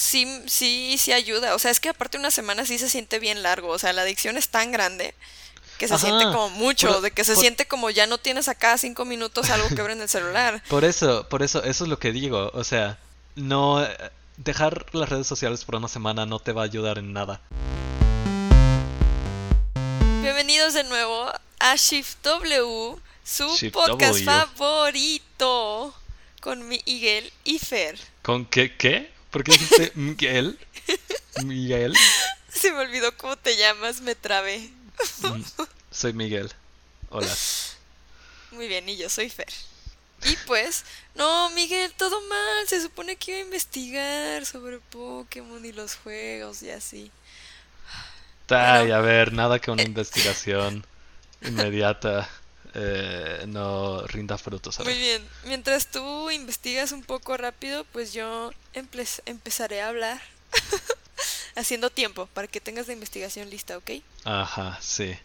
sí ayuda. O sea, es que aparte una semana sí se siente bien largo. O sea, la adicción es tan grande que se siente Ajá, como mucho, por, de que se por, siente como ya no tienes a cada 5 minutos algo que ver en el celular. eso es lo que digo. O sea, no dejar las redes sociales por una semana no te va a ayudar en nada. Bienvenidos de nuevo a Shift W, su Shift podcast W. favorito, con Miguel y Fer. ¿Con qué? ¿Qué? ¿Por qué dijiste Miguel? Miguel. Se me olvidó cómo te llamas, me trabé. Mm, Soy Miguel. Hola. Muy bien, y yo soy Fer. Y pues, no, Miguel, todo mal. Se supone que iba a investigar sobre Pokémon y los juegos y así. Ay, Bueno, a ver, nada que una eh, investigación inmediata no rinda frutos. A muy ver. bien. Mientras tú investigas un poco rápido, pues yo empezaré a hablar haciendo tiempo para que tengas la investigación lista, ¿ok? Ajá, sí.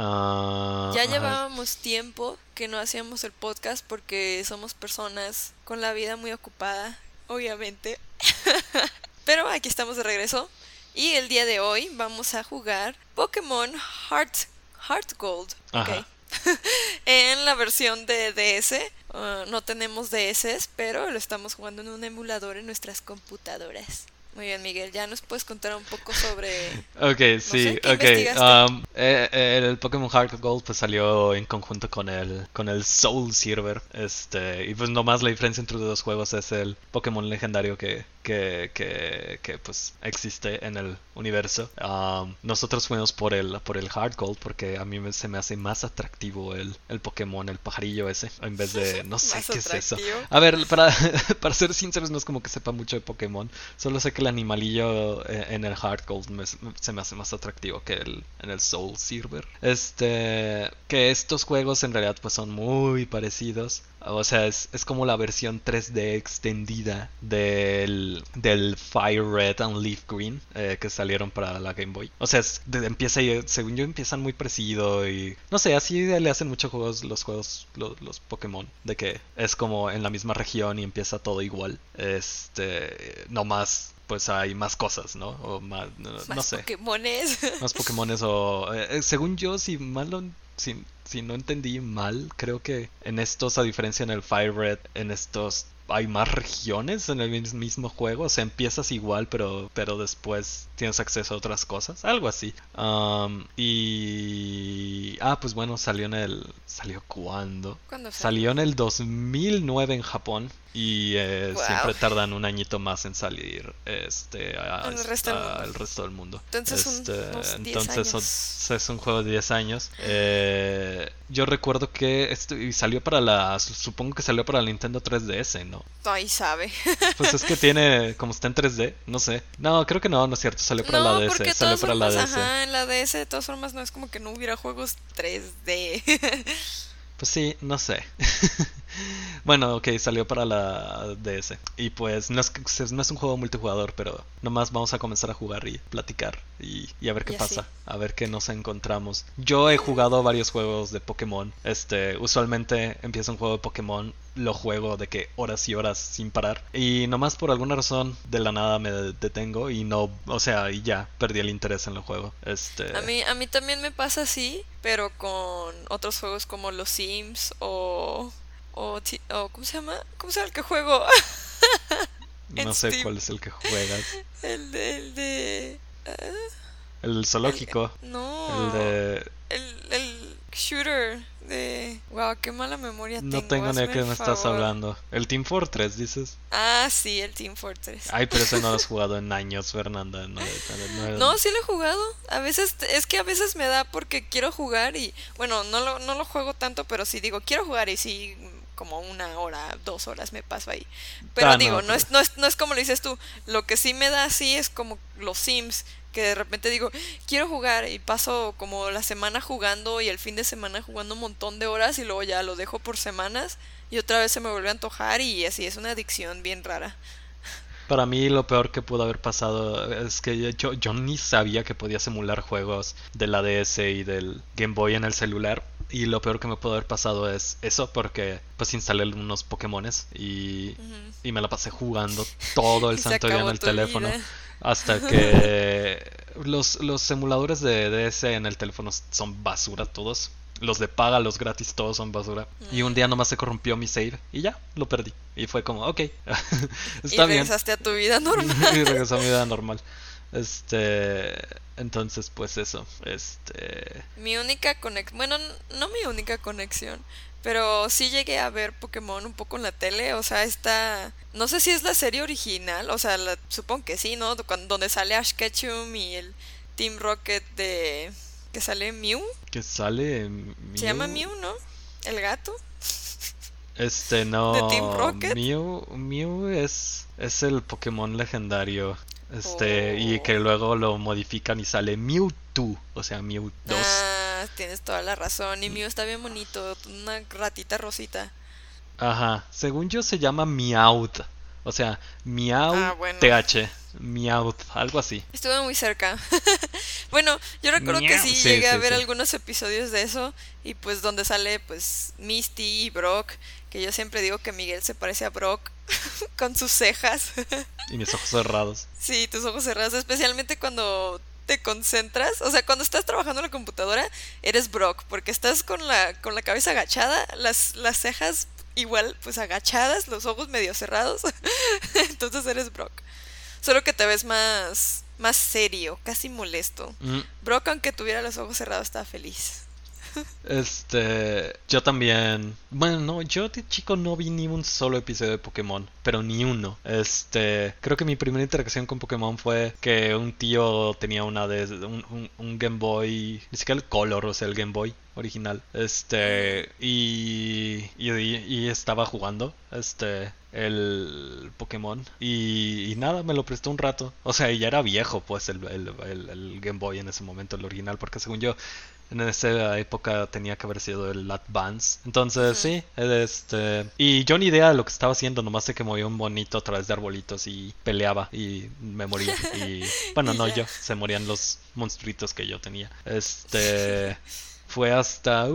Ya Ajá. llevábamos tiempo que no hacíamos el podcast porque somos personas con la vida muy ocupada, obviamente. Pero aquí estamos de regreso y el día de hoy vamos a jugar Pokémon Heart Gold, ok. Ajá. En la versión de DS, no tenemos DS, pero lo estamos jugando en un emulador en nuestras computadoras. Muy bien, Miguel, ya nos puedes contar un poco sobre, Ok, no sé, sí, ¿qué ok. investigaste? El Pokémon Heart Gold pues salió en conjunto con el Soul Silver. Y pues nomás la diferencia entre los dos juegos es el Pokémon legendario que pues existe en el universo. Nosotros fuimos por el Heart Gold porque a mí se me hace más atractivo el Pokémon, el pajarillo ese, en vez de, no sé Más qué es eso. atractivo. A ver, para ser sinceros, no es como que sepa mucho de Pokémon. Solo sé que el animalillo en el Heart Gold se me hace más atractivo que en el Soul Silver. Que estos juegos en realidad pues son muy parecidos. O sea, es como la versión 3D extendida del Fire Red and Leaf Green que salieron para la Game Boy. O sea, según yo empiezan muy parecido y no sé, así le hacen muchos juegos los Pokémon, de que es como en la misma región y empieza todo igual. No más pues hay más cosas, ¿no? O más, no Más sé, Pokémones. más Pokémones o según yo, si no entendí mal, creo que en estos, a diferencia en el Fire Red, en estos hay más regiones en el mismo juego. O sea, empiezas igual, pero después tienes acceso a otras cosas. Algo así. Pues bueno, ¿Salió cuándo? ¿Cuándo Salió salió? en el 2009 en Japón. Y Wow. siempre tardan un añito más en salir En el resto del mundo. al resto del mundo. Entonces unos 10 Entonces años. es un juego de 10 años. Yo recuerdo que y salió supongo que salió para la Nintendo 3DS, ¿no? Ahí sabe. Pues es que como está en 3D, no sé. No, creo que no es cierto, salió para la No, porque DS, de salió todas para la formas, DS. ajá, en la DS de todas formas no es como que no hubiera juegos 3D. Pues sí, no sé. Bueno, ok, salió para la DS. Y pues no es un juego multijugador, pero nomás vamos a comenzar a jugar y platicar y a ver qué Y así. pasa, a ver qué nos encontramos. Yo he jugado varios juegos de Pokémon. Usualmente empiezo un juego de Pokémon, lo juego de que horas y horas sin parar. Y nomás por alguna razón de la nada me detengo y no, o sea, y ya perdí el interés en el juego. A mí también me pasa así, pero con otros juegos como los Sims o ¿cómo se llama? ¿Cómo se llama el que juego en No sé Steam? cuál es el que juegas. El de El zoológico. El no, de el shooter de... Wow, qué mala memoria No tengo, tengo ni de hazme qué el me estás favor. hablando. El Team Fortress, dices. Ah, sí, el Team Fortress. Ay, pero ese no lo has jugado en años, Fernanda. No, sí lo he jugado. A veces, es que a veces me da porque quiero jugar y, bueno, no lo juego tanto, pero sí digo, quiero jugar y sí, como 1 hora, 2 horas me paso ahí. Pero digo, No, no pero. es, no es, no es como lo dices tú. Lo que sí me da así es como los Sims, que de repente digo, quiero jugar y paso como la semana jugando y el fin de semana jugando un montón de horas y luego ya lo dejo por semanas y otra vez se me vuelve a antojar y así es una adicción bien rara. Para mí lo peor que pudo haber pasado es que yo ni sabía que podía emular juegos de la DS y del Game Boy en el celular. Y lo peor que me pudo haber pasado es eso, porque pues instalé unos Pokémones y me la pasé jugando todo el Y se santo día en acabó el tu teléfono. vida. Hasta que los emuladores de DS en el teléfono son basura todos. Los de paga, los gratis, todos son basura. Y un día nomás se corrompió mi save y ya, lo perdí. Y fue como, ok, Y está bien. regresaste a tu vida Y normal. regresó a mi vida normal. Entonces pues eso, Mi única conexión, bueno, no mi única conexión, pero sí llegué a ver Pokémon un poco en la tele, o sea, no sé si es la serie original, o sea, supongo que sí, ¿no? Donde sale Ash Ketchum y el Team Rocket que sale Mew, que sale se llama Mew. Mew, ¿no? El gato de Team No, Rocket. Mew es el Pokémon legendario. Y Oh. que luego lo modifican y sale Mewtwo, o sea, Mew 2. Ah, tienes toda la razón, y Mew está bien bonito, una ratita rosita. Ajá, según yo se llama Meowth, o sea, Meow Ah, bueno. TH, Meowth, algo así. Estuve muy cerca. Bueno, yo recuerdo que Meow. sí Sí, llegué a sí, ver sí. algunos episodios de eso y pues donde sale pues Misty y Brock, que yo siempre digo que Miguel se parece a Brock con sus cejas. Y mis ojos cerrados. Sí, tus ojos cerrados, especialmente cuando te concentras, o sea, cuando estás trabajando en la computadora, eres Brock, porque estás con la cabeza agachada, las cejas igual pues agachadas, los ojos medio cerrados, entonces eres Brock. Solo que te ves más serio, casi molesto. Mm, Brock, aunque tuviera los ojos cerrados, estaba feliz. Yo también. Bueno, no, yo de chico no vi ni un solo episodio de Pokémon, pero ni uno. Creo que mi primera interacción con Pokémon fue que un tío tenía un Game Boy, ni siquiera el Color, o sea, el Game Boy original. Y estaba jugando, el Pokémon. Y nada, me lo prestó un rato. O sea, ya era viejo, pues, el Game Boy en ese momento, el original, porque según yo en esa época tenía que haber sido el Advance. Entonces, Ujú. sí, y yo ni idea de lo que estaba haciendo, nomás sé que movía un bonito a través de arbolitos y peleaba y me moría. Y bueno, Y no ya. yo, se morían los monstruitos que yo tenía. Fue hasta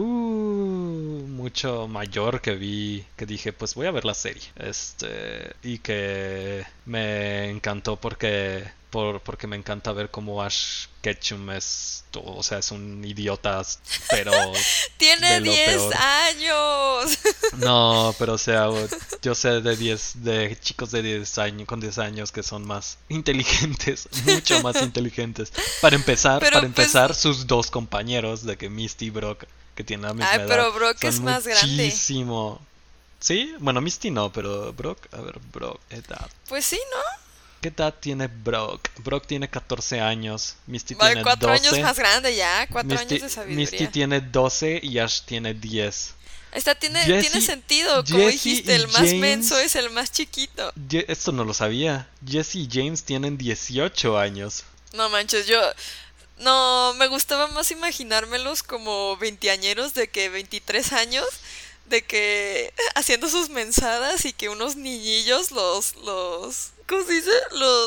mucho mayor que dije, pues voy a ver la serie. Y que me encantó porque me encanta ver cómo Ash Ketchum o sea, es un idiota, pero Tiene de lo 10 peor. años. No, pero o sea, yo sé de chicos de 10 años, con 10 años que son más inteligentes, mucho más inteligentes. Para Pero pues, empezar, sus dos compañeros de que Misty y Brock, que tienen la ay, misma edad, pero Brock son es más grande. muchísimo. ¿Sí? Bueno, Misty no, pero Brock, a ver, Brock, edad. Pues sí, ¿no? ¿Qué edad tiene Brock? Brock tiene 14 años, Misty Ay, tiene 4 años 12. más grande ya, 4 años de Misty sabiduría. tiene 12 y Ash tiene 10. Esta tiene Jesse, sentido, como Jesse dijiste, y el más menso James. es el más chiquito. Esto no lo sabía. Jesse y James tienen 18 años. No manches, no, me gustaba más imaginármelos como veinteañeros de que 23 años, de que haciendo sus mensadas y que unos niñillos ¿cómo se dice?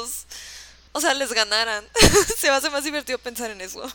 O sea, les ganaran. Se me hace más divertido pensar en eso.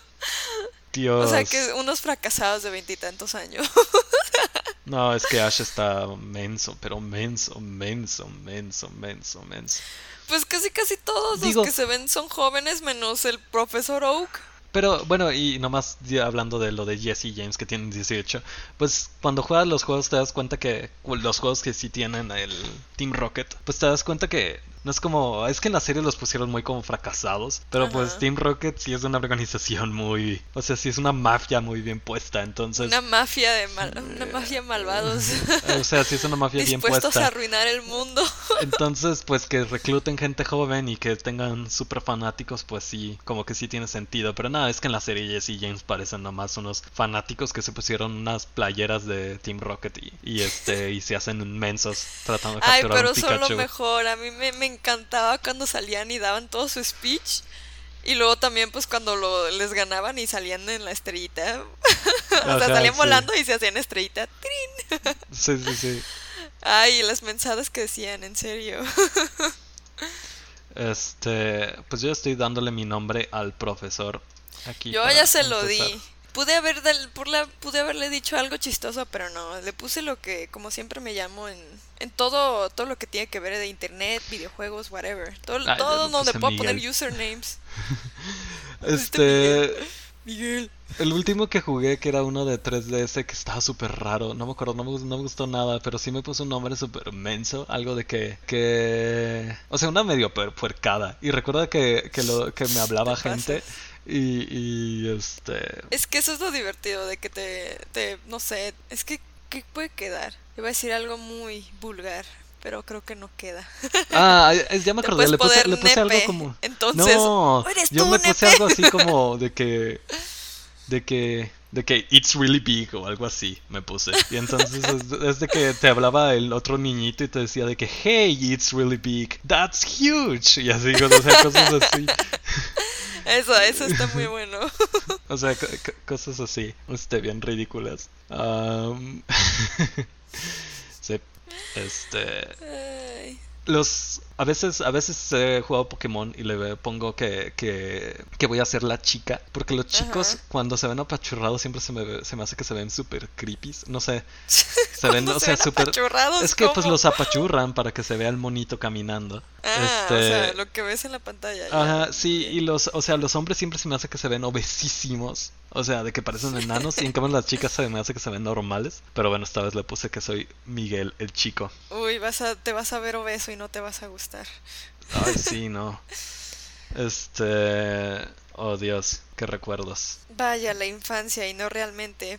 O sea, que Dios. unos fracasados de veintitantos años. No, es que Ash está menso, pero menso, menso, menso, menso, menso. Pues casi todos los Digo, que se ven son jóvenes menos el profesor Oak. pero bueno, y nomás hablando de lo de Jesse y James que tienen 18, pues cuando juegas los juegos te das cuenta que los juegos que sí tienen el Team Rocket, pues te das cuenta que no es como, es que en la serie los pusieron muy como fracasados, pero pues Ajá. Team Rocket sí es una organización muy, o sea, sí es una mafia muy bien puesta, entonces, Una mafia malvados. o sea, sí es una mafia bien Dispuestos a puesta. arruinar el mundo. Entonces, pues que recluten gente joven y que tengan super fanáticos, pues sí, como que sí tiene sentido. Pero nada, es que en la serie Jesse y James parecen nomás unos fanáticos que se pusieron unas playeras de Team Rocket y se hacen mensos tratando de Ay, capturar un pero son lo Pikachu. mejor. A mí me encantaba cuando salían y daban todo su speech. Y luego también pues cuando les ganaban y salían en la estrellita. O sea, Ajá, salían sí. volando y se hacían estrellita. ¡Trin! Sí, sí, sí. Ay, y las mensadas que decían, en serio. Pues yo estoy dándole mi nombre al profesor aquí Yo ya para se lo empezar. di. pude haberle dicho algo chistoso, pero no, le puse lo que como siempre me llamo en todo lo que tiene que ver de internet, videojuegos, whatever. Ah, yo Todo le donde puse puedo poner Miguel. usernames. Le pusiste Miguel. Miguel. El último que jugué, que era uno de 3DS, que estaba súper raro. No me acuerdo, no me gustó nada, pero sí me puso un nombre súper menso. Algo de o sea, una medio puercada. Y recuerda que me Te hablaba gente. pasas. Y. Es que eso es lo divertido de que no sé, es que, ¿qué puede quedar? Iba a decir algo muy vulgar, pero creo que no queda. Ah, ya me Te acordé, puedes poner le puse algo nepe, como. entonces, No, ¿eres yo tú, me puse nepe? algo así como de que it's really big o algo así me puse. Y entonces es de que te hablaba el otro niñito y te decía de que hey, it's really big, that's huge. Y así, o sea, cosas así. Eso está muy bueno. O sea, cosas así, bien ridículas. Sí, este, Ay, a veces he jugado Pokémon y pongo que voy a ser la chica. Porque los chicos, ajá. cuando se ven apachurrados, siempre se me hace que se ven súper creepy. No sé, se ven, Cuando o se sea, ven súper. apachurrados, Es que pues ¿cómo? los apachurran para que se vea el monito caminando. Ah, o sea, lo que ves en la pantalla, ya, Ajá, muy sí, bien. y los hombres siempre se me hace que se ven obesísimos. O sea, de que parecen enanos. Y en cambio las chicas se me hace que se ven normales. Pero bueno, esta vez le puse que soy Miguel, el chico. Uy, te vas a ver obeso y no te vas a gustar. Ay, sí, no. Este... Oh, Dios, qué recuerdos. Vaya, la infancia y no realmente.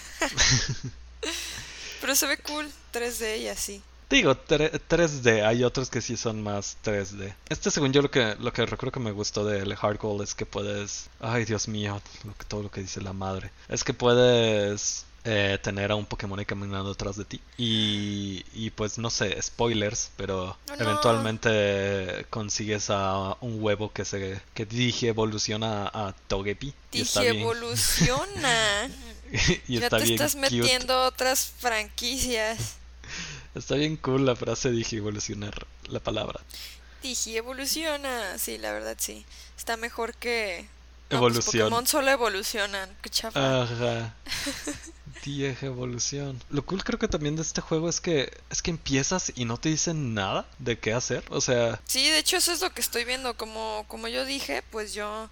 Pero se ve cool, 3D y así. Digo, 3D, hay otros que sí son más 3D. Según yo, lo que recuerdo que me gustó del Hard Gold es que puedes... Ay, Dios mío, todo lo que dice la madre. Es que puedes tener a un Pokémon ahí caminando detrás de ti. Y pues no sé, spoilers, pero Oh no, eventualmente consigues a un huevo que dije evoluciona a Togepi. Y está dije bien. evoluciona. Y Ya está te bien estás cute. metiendo a otras franquicias. Está bien cool la frase dije evolucionar la palabra. Dije evoluciona. Sí, la verdad sí. Está mejor que... No, pues Evolución. Pokémon solo evolucionan. Qué chafa. Ajá. 10 evolución. Lo cool creo que también de este juego es que empiezas y no te dicen nada de qué hacer. O sea, Sí, de hecho eso es lo que estoy viendo. Como yo dije, pues yo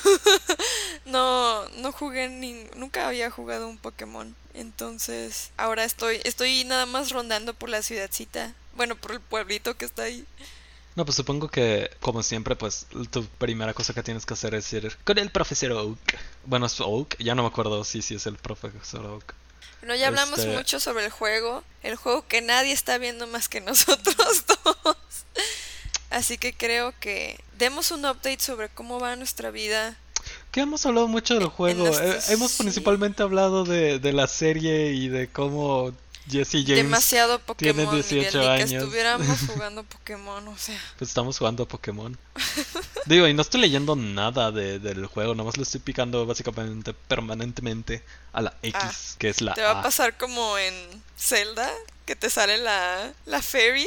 no jugué nunca había jugado un Pokémon. Entonces, ahora estoy nada más rondando por la ciudadcita. Bueno, por el pueblito que está ahí. no, pues supongo que como siempre, pues tu primera cosa que tienes que hacer es ir con el profesor Oak. Bueno, es Oak, ya no me acuerdo si es el profesor Oak. Bueno, ya hablamos Este, mucho sobre el juego que nadie está viendo más que nosotros dos. Así que creo que demos un update sobre cómo va nuestra vida que hemos hablado mucho del en juego. nuestros... Hemos Sí, principalmente hablado de la serie y de cómo Jesse James demasiado tiene Pokémon, Miguel, 18 ni que años. estuviéramos jugando Pokémon, o sea. Pues estamos jugando a Pokémon. Digo, y no estoy leyendo nada del juego, nomás le estoy picando básicamente permanentemente a la Ah, X, que es la te va a A. pasar como en Zelda, que te sale la fairy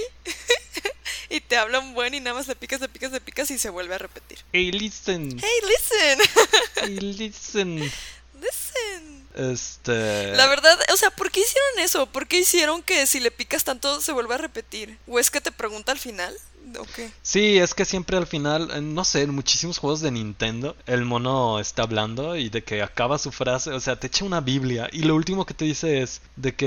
y te habla un buen y nada más le picas, le picas, le picas y se vuelve a repetir. Hey, listen. Hey, listen, Hey, listen. listen. Este... La verdad, o sea, ¿por qué hicieron eso? ¿Por qué hicieron que si le picas tanto se vuelva a repetir? ¿O es que te pregunta al final? ¿O qué? Sí, es que siempre al final, no sé, en muchísimos juegos de Nintendo, el mono está hablando y de que acaba su frase, o sea, te echa una Biblia y lo último que te dice es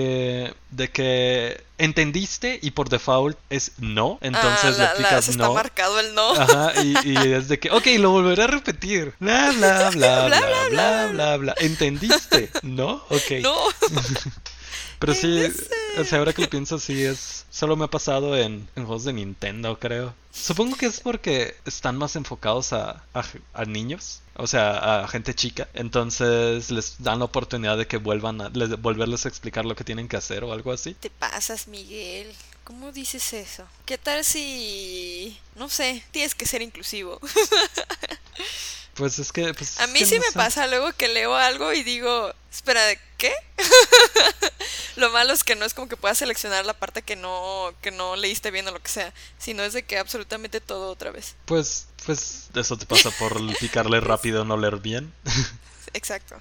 de que entendiste y por default es no, Ah, entonces le picas se está no. marcado el no. Ajá, y es de que, ok, lo volveré a repetir. Bla, bla, bla, Bla, bla, bla, bla, bla, bla, bla. bla, bla. ¿Entendiste? ¿No? Ok. No. Pero Hey, sí, o sea, listen. ahora que lo pienso, sí es. Solo me ha pasado en juegos de Nintendo, creo. Supongo que es porque están más enfocados a niños, o sea, a gente chica. Entonces les dan la oportunidad de que volverles a explicar lo que tienen que hacer o algo así. Te pasas, Miguel. ¿Cómo dices eso? ¿Qué tal si... No sé, tienes que ser inclusivo? Pues es que, A mí sí no me sé. pasa luego que leo algo y digo, espera, ¿qué? Lo malo es que no es como que puedas seleccionar la parte que no leíste bien o lo que sea, sino es de que absolutamente todo otra vez. Pues eso te pasa por picarle Pues, rápido, no leer bien. exacto.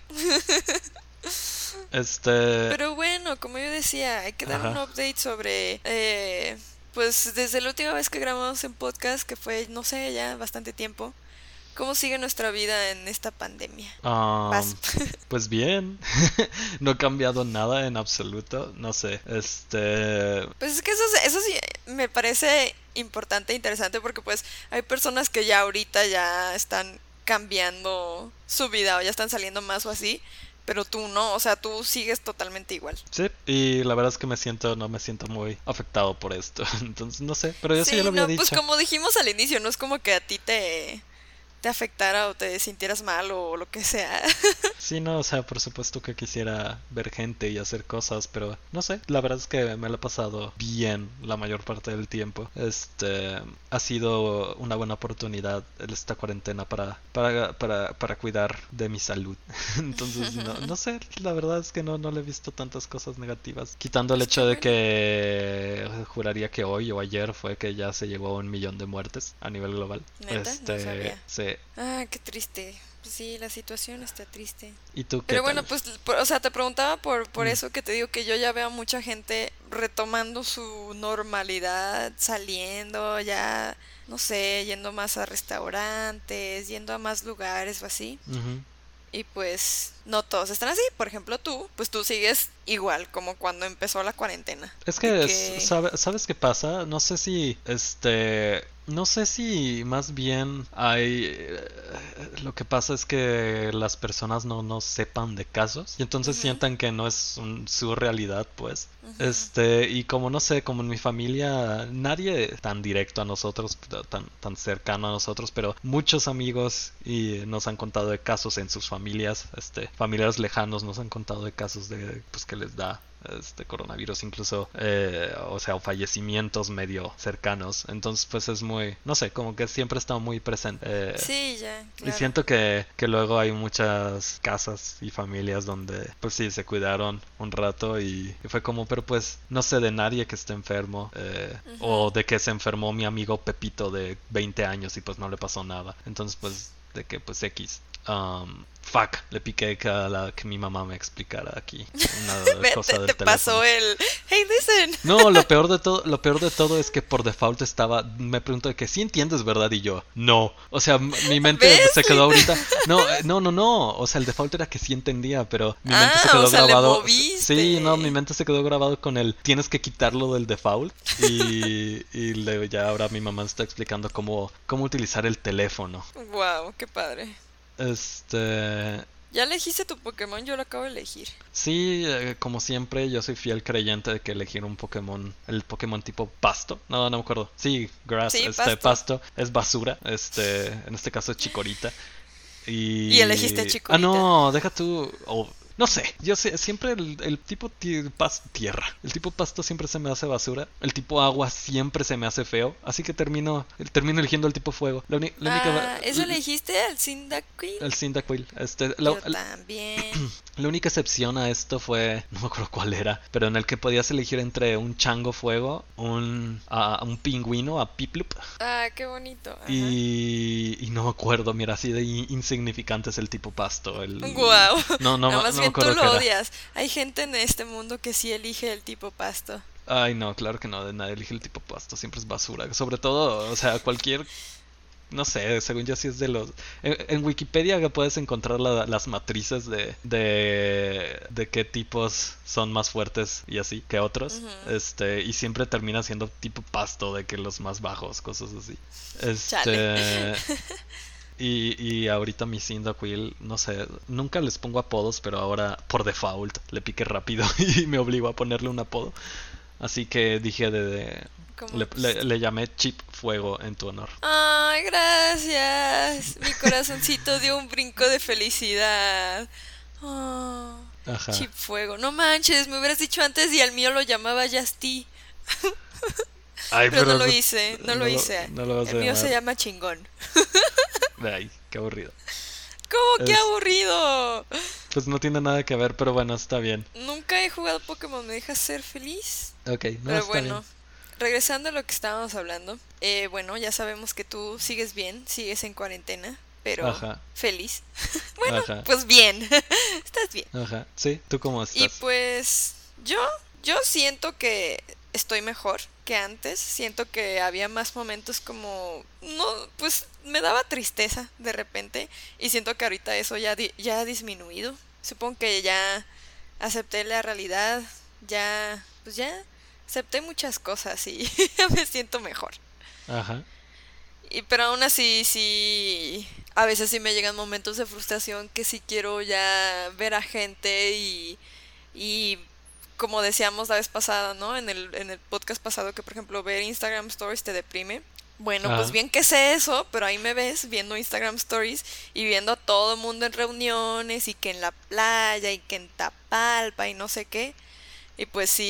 Este... Pero bueno, como yo decía, hay que dar un Ajá. update sobre, pues desde la última vez que grabamos en podcast, que fue, no sé, ya bastante tiempo, ¿cómo sigue nuestra vida en esta pandemia? Vas. Um, pues bien, no ha cambiado nada en absoluto, no sé, Pues es que eso sí me parece importante e interesante porque pues hay personas que ya ahorita ya están cambiando su vida o ya están saliendo más o así, pero tú no, o sea, tú sigues totalmente igual. sí, y la verdad es que no me siento muy afectado por esto, entonces no sé, pero eso ya lo Sí, había no, pues dicho. como dijimos al inicio, no es como que a ti te afectara o te sintieras mal o lo que sea. Sí, no, o sea, por supuesto que quisiera ver gente y hacer cosas, pero no sé, la verdad es que me lo he pasado bien la mayor parte del tiempo. Ha sido una buena oportunidad esta cuarentena para cuidar de mi salud. Entonces, no sé, la verdad es que no le he visto tantas cosas negativas. Quitando el Pues qué hecho de bueno. que juraría que hoy o ayer fue que ya se llegó a 1 millón de muertes a nivel global. Neta, no sabía. Sí. Ah, qué triste. Pues sí, la situación está triste. ¿Y tú qué Pero bueno, tal? pues, o sea, te preguntaba por Mm, eso que te digo que yo ya veo a mucha gente retomando su normalidad, saliendo, ya, no sé, yendo más a restaurantes, yendo a más lugares o así. ujú. Y pues no todos están así. Por ejemplo, pues tú sigues igual como cuando empezó la cuarentena. Es De que, que... ¿sabes qué pasa? No sé si más bien lo que pasa es que las personas no sepan de casos y entonces Ujú, sientan que no es su realidad, pues. ujú. Y como no sé, como en mi familia, nadie tan directo a nosotros, tan cercano a nosotros, pero muchos amigos y nos han contado de casos en sus familias, familiares lejanos nos han contado de casos de, pues, que les da coronavirus, incluso, o sea, o fallecimientos medio cercanos. Entonces, pues es muy, no sé, como que siempre está muy presente. Sí, ya, Y claro. siento que luego hay muchas casas y familias donde, pues sí, se cuidaron un rato y fue como, pero pues no sé de nadie que esté enfermo, o Ujú. de que se enfermó mi amigo Pepito de 20 años y pues no le pasó nada. Entonces, pues, de que pues X. Fuck, le piqué que mi mamá me explicara aquí una Ve, cosa del te pasó teléfono. el... Hey, listen. No, lo peor de todo es que por default me pregunto de que sí entiendes, ¿verdad? Y yo, no. O sea, mi mente ¿Ves? se quedó ahorita. No, no. O sea, el default era que sí entendía, pero mi mente se Ah, o quedó sea, le grabado. Sí, no, mi moviste. mente se quedó grabado con el tienes que quitarlo del default. Ya ahora mi mamá está explicando cómo utilizar el teléfono. Wow, qué padre. Este, Ya elegiste tu Pokémon, yo lo acabo de elegir. Sí, como siempre, yo soy fiel creyente de que elegir un Pokémon, el Pokémon tipo pasto, no me acuerdo. Sí, Grass, Sí, pasto. pasto es basura, en este caso es Chikorita. Y elegiste Y Chikorita. no, deja tú, no sé, yo sé, siempre el tipo tierra, el tipo pasto siempre se me hace basura, el tipo agua siempre se me hace feo, así que termino eligiendo el tipo fuego. La única Ah, ¿eso elegiste al Cyndaquil? el Cyndaquil, Yo también. la única excepción a esto fue, no me acuerdo cuál era, pero en el que podías elegir entre un chango fuego, un pingüino, a Piplup, Ah, qué bonito. Ajá. y no me acuerdo, mira, así de insignificante es el tipo pasto. Wow. No, más No me bien tú acuerdo qué lo era. odias. Hay gente en este mundo que sí elige el tipo pasto. Ay, no, claro que no, de nadie elige el tipo pasto, siempre es basura. Sobre todo, o sea, no sé, según yo sí es de los... En Wikipedia que puedes encontrar las matrices de qué tipos son más fuertes y así que otros. Ujú. Y siempre termina siendo tipo pasto de que los más bajos, cosas así. Chale. Este... Y ahorita mi Cyndaquil, no sé, nunca les pongo apodos, pero ahora por default le piqué rápido y me obligó a ponerle un apodo. Así que dije ¿Cómo le pusiste? le llamé Chip Fuego en tu honor. Ay, gracias. Mi corazoncito dio un brinco de felicidad. Oh, Ajá. Chip Fuego. No manches, me hubieras dicho antes y al mío lo llamaba Justy. Ay, Pero no pero lo hice, no lo hice. no lo vas El a mío se llamar. llama Chingón. Ay, qué aburrido. ¿Cómo? ¡Qué Es, aburrido! pues no tiene nada que ver, pero bueno, está bien. Nunca he jugado Pokémon, ¿me dejas ser feliz? Ok, no, Pero está bien. bueno, regresando a lo que estábamos hablando. Bueno, ya sabemos que tú sigues bien, sigues en cuarentena. pero Ajá, feliz. Bueno, ajá, pues bien, estás bien. ajá. Sí, ¿tú cómo Y estás? pues yo, yo siento que estoy mejor que antes. Siento que había más momentos como, no, pues me daba tristeza de repente. Y siento que ahorita eso ya ha disminuido. Supongo que ya acepté la realidad, ya, pues ya acepté muchas cosas y ya me siento mejor. Ajá. Y pero aún así, sí, a veces sí me llegan momentos de frustración que sí quiero ya ver a gente y como decíamos la vez pasada, ¿no? En el podcast pasado que por ejemplo ver Instagram Stories te deprime. Bueno, pues Ajá. bien que sé eso, pero ahí me ves viendo Instagram Stories y viendo a todo el mundo en reuniones y que en la playa y que en Tapalpa y no sé qué. Y pues sí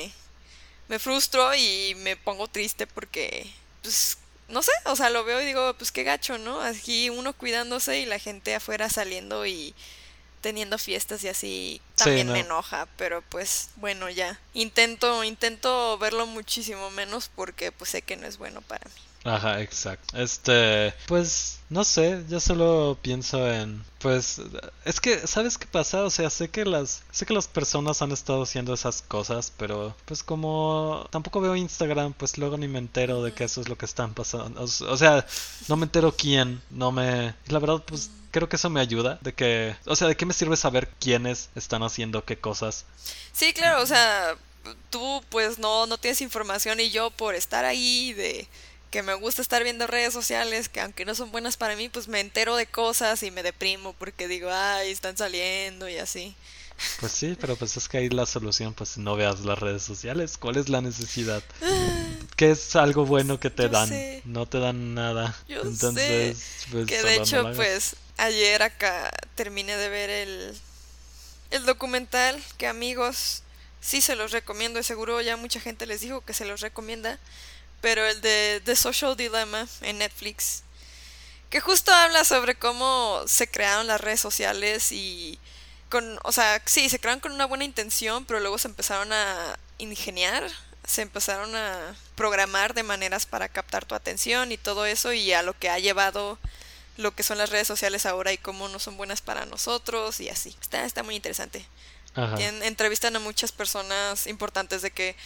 me frustro y me pongo triste porque, pues, no sé, o sea, lo veo y digo, pues qué gacho, ¿no? Aquí uno cuidándose y la gente afuera saliendo y teniendo fiestas y así Sí, también me no. enoja, pero pues bueno, ya. Intento verlo muchísimo menos porque pues sé que no es bueno para mí. Ajá, exacto. Pues no sé, yo solo pienso en, pues, es que, ¿sabes qué pasa? O sea, sé que las personas han estado haciendo esas cosas, pero pues como tampoco veo Instagram, pues luego ni me entero de que Ujú. eso es lo que están pasando. O sea, no me entero quién, no me, y la verdad, pues creo que eso me ayuda, de que, o sea, ¿de qué me sirve saber quiénes están haciendo qué cosas? Sí, claro, o sea, tú pues no tienes información y yo por estar ahí de que me gusta estar viendo redes sociales que aunque no son buenas para mí, pues me entero de cosas y me deprimo porque digo, ay, están saliendo y así. Pues sí, pero pues es que ahí la solución, pues no veas las redes sociales. ¿Cuál es la necesidad? ¿Qué es algo bueno que te Yo dan? sé, No te dan nada. yo sé Entonces, pues que de solo no lo hecho hagas. pues ayer acá terminé de ver el documental que amigos sí se los recomiendo y seguro ya mucha gente les dijo que se los recomienda, pero el de The Social Dilemma en Netflix, que justo habla sobre cómo se crearon las redes sociales y o sea, sí, se crearon con una buena intención, pero luego se empezaron a ingeniar, se empezaron a programar de maneras para captar tu atención y todo eso y a lo que ha llevado lo que son las redes sociales ahora y cómo no son buenas para nosotros y así. Está muy interesante. Ajá. Entrevistan a muchas personas importantes de que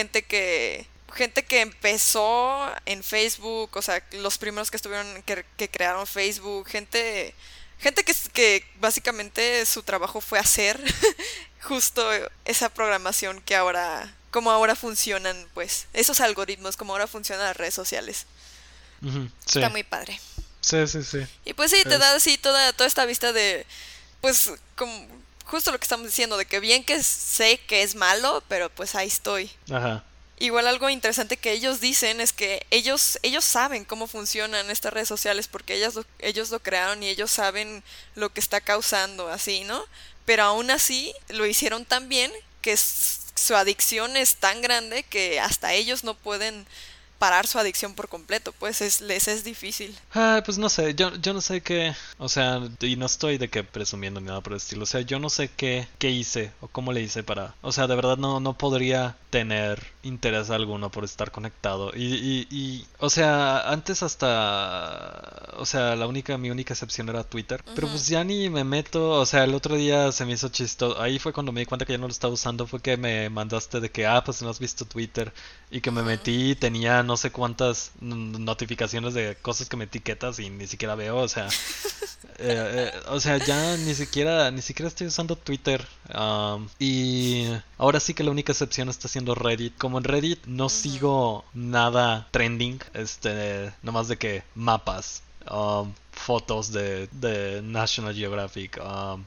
gente que empezó en Facebook, o sea, los primeros que estuvieron que crearon Facebook, gente que básicamente su trabajo fue hacer justo esa programación que ahora como ahora funcionan, pues, esos algoritmos, como ahora funcionan las redes sociales. Ujú, Está sí. muy padre. Sí, sí, sí. Y pues sí, te da Es... así toda esta vista de, pues, como justo lo que estamos diciendo, de que bien que sé que es malo, pero pues ahí estoy. Ajá. Igual algo interesante que ellos dicen es que ellos saben cómo funcionan estas redes sociales porque ellos lo crearon y ellos saben lo que está causando, así, ¿no? Pero aún así lo hicieron tan bien que su adicción es tan grande que hasta ellos no pueden parar su adicción por completo, pues les es difícil. Ah, pues no sé, yo no sé qué, o sea, y no estoy de que presumiendo ni nada por el estilo, o sea, yo no sé qué hice o cómo le hice para, o sea, de verdad no podría tener interés alguno por estar conectado o sea, antes hasta, o sea, mi única excepción era Twitter, pero Ujú. pues ya ni me meto, o sea, el otro día se me hizo chistoso, ahí fue cuando me di cuenta que ya no lo estaba usando, fue que me mandaste de que, pues no has visto Twitter, y que me Ujú. metí y tenía no sé cuántas notificaciones de cosas que me etiquetas y ni siquiera veo, o sea, ya ni siquiera estoy usando Twitter. Y ahora sí que la única excepción está siendo Reddit. Como en Reddit no Ujú. sigo nada trending, nomás de que mapas, fotos de National Geographic,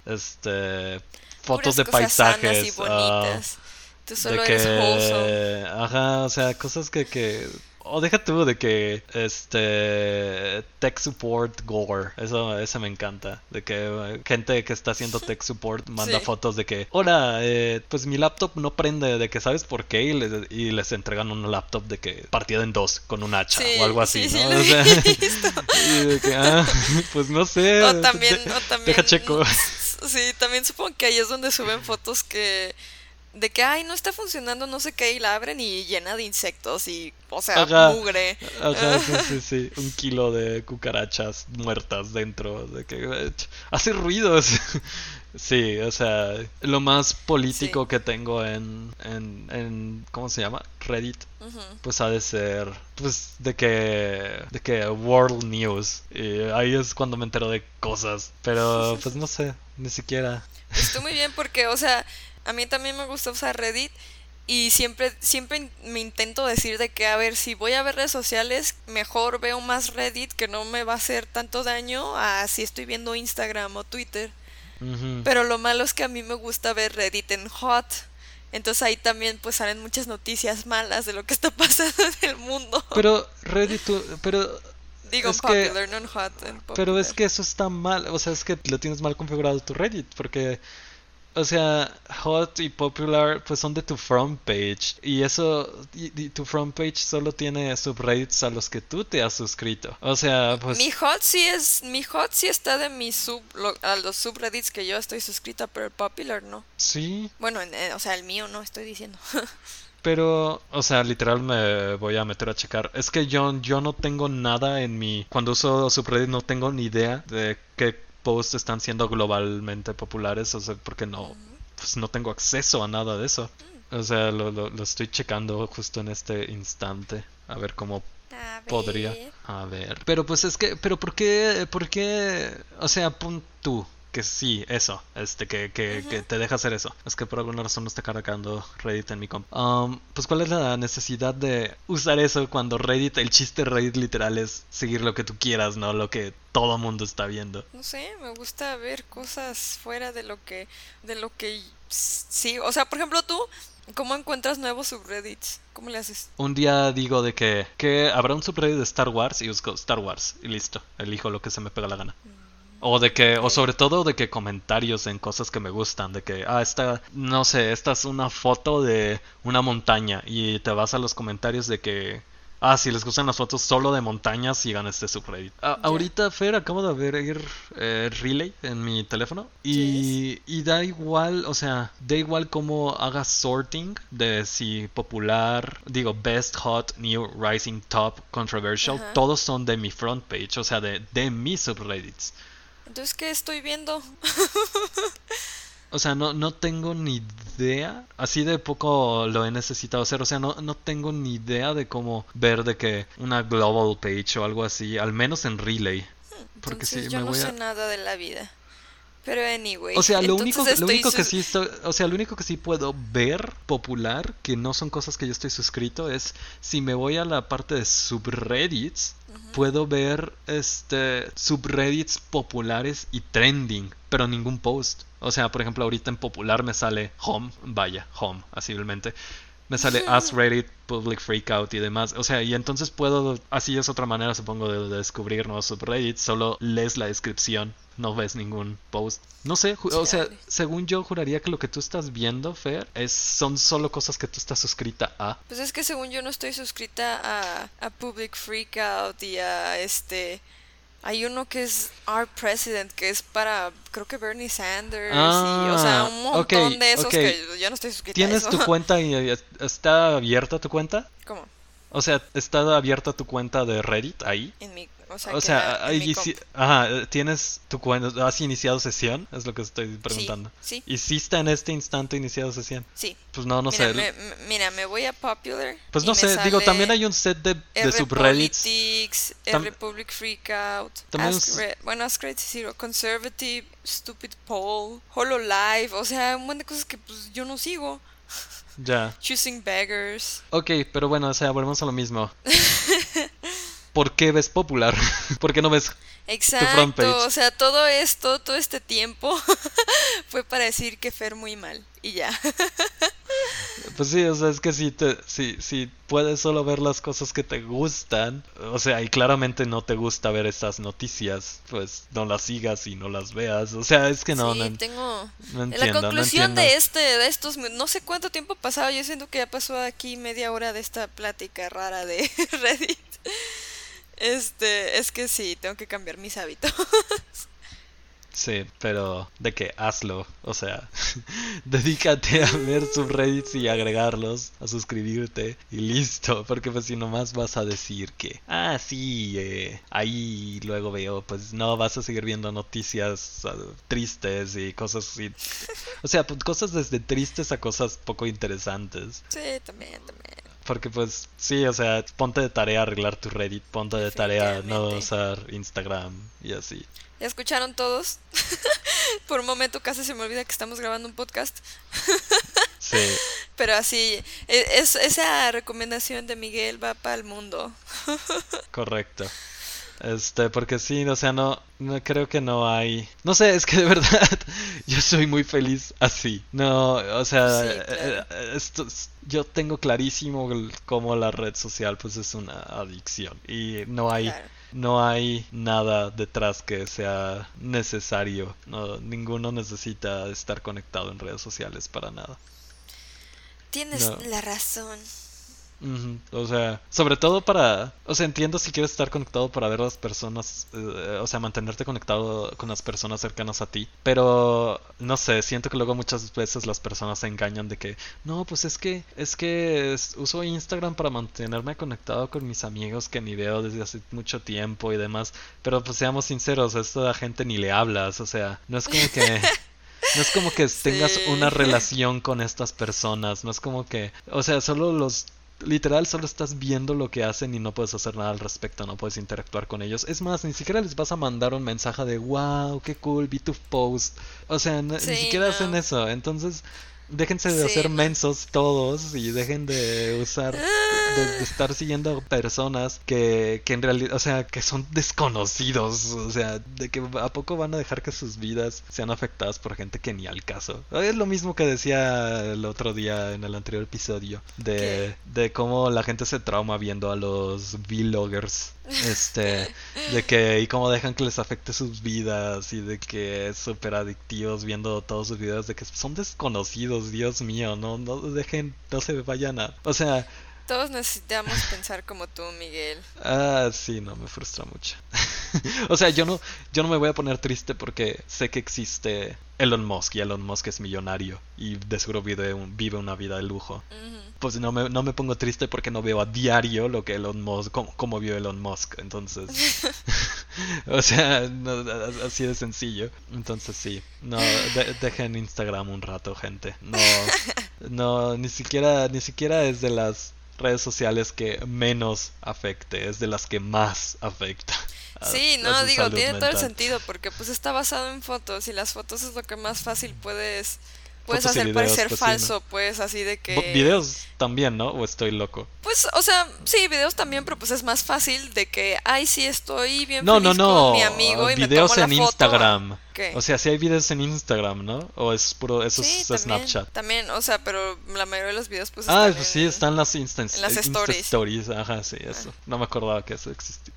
fotos Puras de cosas sanas y paisajes, bonitas. Tú de solo eres wholesome. que, ajá, o sea, cosas o deja tú de que, tech support gore, eso me encanta, de que gente que está haciendo tech support manda Sí. fotos de que, hola, pues mi laptop no prende, de que sabes por qué, y les entregan un laptop de que partida en dos con un hacha o Sí, algo así, sí, sí, ¿no? lo O he sea, visto. y de que, pues no sé, O también, deja checo. sí, también supongo que ahí es donde suben fotos que de que, ay, no está funcionando, no sé qué, y la abren y llena de insectos y, o sea, Ajá, mugre. ajá, sí, sí, sí. 1 kilo de cucarachas muertas dentro. De que hace ruidos. Sí, o sea, lo más Sí. político que tengo ¿cómo se llama? Reddit. Ujú. Pues ha de ser, pues, de que World News. Y ahí es cuando me entero de cosas. Pero, pues, no sé, ni siquiera. Pues estoy muy bien porque, o sea, a mí también me gusta usar Reddit y siempre me intento decir de que, a ver, si voy a ver redes sociales, mejor veo más Reddit que no me va a hacer tanto daño a si estoy viendo Instagram o Twitter. Ujú. Pero lo malo es que a mí me gusta ver Reddit en Hot. Entonces ahí también pues salen muchas noticias malas de lo que está pasando en el mundo. Pero Reddit, pero Digo en es que Popular, no en Hot, en Pero es Popular. que eso está mal, o sea, es que lo tienes mal configurado tu Reddit, porque, o sea, Hot y Popular pues son de tu front page, y eso, y tu front page solo tiene subreddits a los que tú te has suscrito. O sea, Mi pues Hot sí es, mi Hot sí está de a los subreddits que yo estoy suscrita, pero el Popular no. sí, Bueno, o sea, el mío no, estoy diciendo. pero, o sea, literal me voy a meter a checar. Es que yo no tengo nada en mi, cuando uso subreddit no tengo ni idea de qué posts están siendo globalmente populares, o sea, porque no, Mm, pues no tengo acceso a nada de eso. mm. O sea, lo estoy checando justo en este instante. A ver cómo A podría. ver. A ver. Pero pues es que, pero por qué, o sea, pon tú, que sí, eso, que Ujú. te deja hacer eso. Es que por alguna razón no está cargando Reddit en mi comp. Pues cuál es la necesidad de usar eso cuando Reddit, el chiste de Reddit literal es seguir lo que tú quieras, no lo que todo mundo está viendo. No sé, me gusta ver cosas fuera de lo que sí, o sea, por ejemplo, tú, ¿cómo encuentras nuevos subreddits? ¿Cómo le haces? Un día digo de que habrá un subreddit de Star Wars y busco Star Wars y listo, elijo lo que se me pega la gana. Ok, O sobre todo de que comentarios en cosas que me gustan, de que, no sé, esta es una foto de una montaña y te vas a los comentarios de que, si les gustan las fotos solo de montañas, sigan este subreddit. ya. Ahorita, Fer, acabo de ver Relay en mi teléfono Yes. y da igual, o sea, da igual cómo hagas sorting de si popular, digo, best, hot, new, rising, top, controversial, Ajá. todos son de mi front page, o sea, de mis subreddits. Entonces, ¿qué estoy viendo? O sea, no tengo ni idea. Así de poco lo he necesitado hacer. O sea, no tengo ni idea de cómo ver de que una global page o algo así. Al menos en Relay. Porque Entonces, sí, yo me no voy sé a... nada de la vida. Pero O anyway, sea, entonces lo estoy único que sí estoy, o sea, lo único que sí puedo ver popular, que no son cosas que yo estoy suscrito, es si me voy a la parte de subreddits, Ujú. puedo ver subreddits populares y trending, pero ningún post. O sea, por ejemplo, ahorita en popular me sale home, vaya, home, asímente. Me sale Ask Reddit, Public Freakout y demás. O sea, y entonces puedo, así es otra manera, supongo, de descubrir nuevos subreddits. Solo lees la descripción, no ves ningún post. No sé, o sea, Chale. según yo juraría que lo que tú estás viendo, Fer, son solo cosas que tú estás suscrita a. Pues es que según yo no estoy suscrita a Public Freakout y a hay uno que es Our President, que es para, creo que Bernie Sanders y, o sea, Ah, un ok, montón de ok. esos que yo no estoy suscrita a ¿Tienes eso. tu cuenta y está abierta tu cuenta? ¿Cómo? O sea, ¿está abierta tu cuenta de Reddit ahí? O sea, O que sea, en mi ahí comp. sí, ajá, tienes tu cuenta, ¿has iniciado sesión? Es lo que estoy Sí, preguntando. sí, ¿Y si está en este instante iniciado sesión? sí. Pues no Mira, sé. me voy a Popular Pues y no me sé, digo, también sale hay un set de R subreddits. Politics, tam- R Public Freakout, también bueno, Ask Reddit Zero, Conservative, Stupid Poll, Hololive, o sea, un montón de cosas que pues yo no sigo. ya. Choosing Beggars. Ok, pero bueno, o sea, volvemos a lo mismo. ¿Por qué ves popular? ¿Por qué no ves tu front Exacto, page? o sea, todo esto, todo este tiempo fue para decir que Fer muy mal y ya. Pues sí, o sea, es que si puedes solo ver las cosas que te gustan, o sea, y claramente no te gusta ver estas noticias, pues no las sigas y no las veas. O sea, es que Sí, tengo no la entiendo, no conclusión entiendo. de estos, no sé cuánto tiempo pasado, yo siento que ya pasó aquí media hora de esta plática rara de Reddit. Es que sí, tengo que cambiar mis hábitos. Sí, pero de que hazlo, o sea, dedícate a ver subreddits y agregarlos, a suscribirte y listo, porque pues si nomás vas a decir que, sí, ahí luego veo, pues no, vas a seguir viendo noticias tristes y cosas así, o sea, pues, cosas desde tristes a cosas poco interesantes. Sí, también, también. Porque pues sí, o sea, ponte de tarea arreglar tu Reddit, ponte de tarea no Definitivamente. usar Instagram y así. ¿Ya escucharon todos? Por un momento casi se me olvida que estamos grabando un podcast. Sí, Pero así, esa recomendación de Miguel va para el mundo. correcto. Porque sí, o sea, no creo que no hay. No sé, es que de verdad yo soy muy feliz así. No, o sea, Sí, claro. yo tengo clarísimo cómo la red social pues es una adicción y Claro. no hay nada detrás que sea necesario. No, ninguno necesita estar conectado en redes sociales para nada. Tienes No. la razón. Ujú. O sea, sobre todo o sea, entiendo si quieres estar conectado para ver a las personas, o sea, mantenerte conectado con las personas cercanas a ti, pero no sé, siento que luego muchas veces las personas se engañan de que, no, pues uso Instagram para mantenerme conectado con mis amigos que ni veo desde hace mucho tiempo y demás, pero pues seamos sinceros, a esta gente ni le hablas, o sea, no es como que tengas una Sí. relación con estas personas, no es como que, o sea, literal, solo estás viendo lo que hacen y no puedes hacer nada al respecto, no puedes interactuar con ellos. Es más, ni siquiera les vas a mandar un mensaje de, wow, qué cool, vi tu post. O sea, ni Sí, siquiera hacen no. eso. Entonces, déjense de Sí, hacer no. mensos todos y dejen de usar, de Ah, estar siguiendo a personas que en realidad, o sea, que son desconocidos. O sea, de que a poco van a dejar que sus vidas sean afectadas por gente que ni al caso. Es lo mismo que decía el otro día en el anterior episodio ¿Qué? de cómo la gente se trauma viendo a los vloggers. De que y cómo dejan que les afecte sus vidas y de que es súper adictivos viendo todos sus videos de que son desconocidos, Dios mío, no dejen, no se vayan o sea, Todos necesitamos pensar como tú, Miguel. sí, no, me frustra mucho. O sea, yo no me voy a poner triste porque sé que existe Elon Musk y Elon Musk es millonario y de seguro vive una vida de lujo. Ujú. Pues no me pongo triste porque no veo a diario lo que Elon Musk, cómo vio Elon Musk. Entonces, o sea, así de sencillo. Entonces sí, no, dejen Instagram un rato, gente. Ni siquiera es de las redes sociales que menos afecte, es de las que más afecta Sí, a no, su digo, salud tiene todo el mental. sentido porque pues está basado en fotos y las fotos es lo que más fácil puedes Fotos y hacer videos, parecer pues sí, ¿no? falso, pues así de que Videos también, ¿no? ¿O estoy loco? pues, o sea, sí, videos también, pero pues es más fácil de que, ay, sí, estoy bien No, feliz con mi no. amigo y me tomo Videos la en foto. Instagram. O ¿Qué? sea, si hay videos en Instagram, ¿no? O es puro, eso Sí, es también, Snapchat. también, o sea, pero la mayoría de los videos pues Ah, están pues sí, están las en las Insta stories. Stories. Ajá, sí, Ah. eso. No me acordaba que eso existía.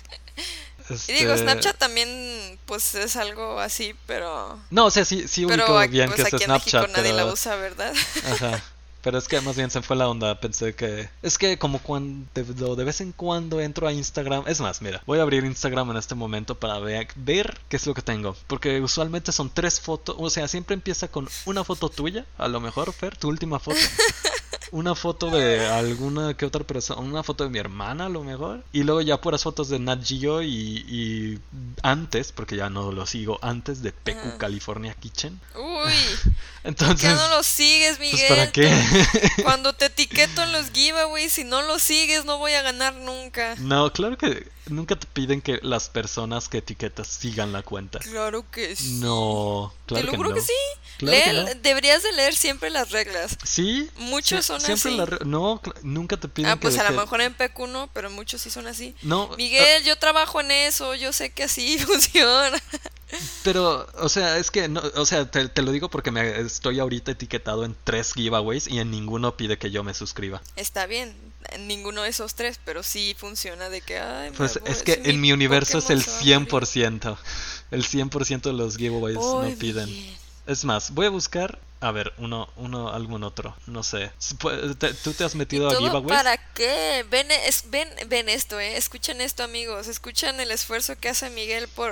Y digo, Este... Snapchat también pues es algo así, No, o sea, sí pero ubico bien que pues es aquí en México Snapchat, nadie la pero... usa, ¿verdad? Ajá. Pero es que más bien se fue la onda. Pensé que. Es que como cuando de vez en cuando entro a Instagram. Es más, mira, voy a abrir Instagram en este momento para ver qué es lo que tengo. Porque usualmente son 3 fotos. O sea, siempre empieza con una foto tuya. A lo mejor, Fer, tu última foto. Una foto de alguna que otra persona, una foto de mi hermana a lo mejor, y luego ya puras fotos de Nat Geo y antes, porque ya no lo sigo, antes de PQ Ajá. California Kitchen. Uy, ¿por qué no Entonces, lo sigues, pues para Miguel? qué. Cuando te etiqueto en los giveaways, si no lo sigues, no voy a ganar nunca. No, claro que nunca te piden que las personas que etiquetas sigan la cuenta. Claro que sí. No, Te claro lo que juro que no. sí. Claro que no. Deberías de leer siempre las reglas. Sí, Muchos son siempre así. no, nunca te Ah, piden pues a lo mejor en PQ no, pero muchos sí son así. no, Miguel, yo trabajo en eso, yo sé que así funciona. pero, o sea, es que, no, o sea, te lo digo porque me estoy ahorita etiquetado en 3 giveaways y en ninguno pide que yo me suscriba. Está bien, en ninguno de esos tres, pero sí funciona de que, ay, Pues es si que mi en mi universo es Pokémon el se va a morir. 100%. El 100% de los giveaways no Ay, piden. Miguel. Es más, voy a buscar, a ver, algún otro, no sé. ¿Tú te has ¿Y metido a todo giveaways? para qué? Ven esto, Escuchen esto, amigos. Escuchan el esfuerzo que hace Miguel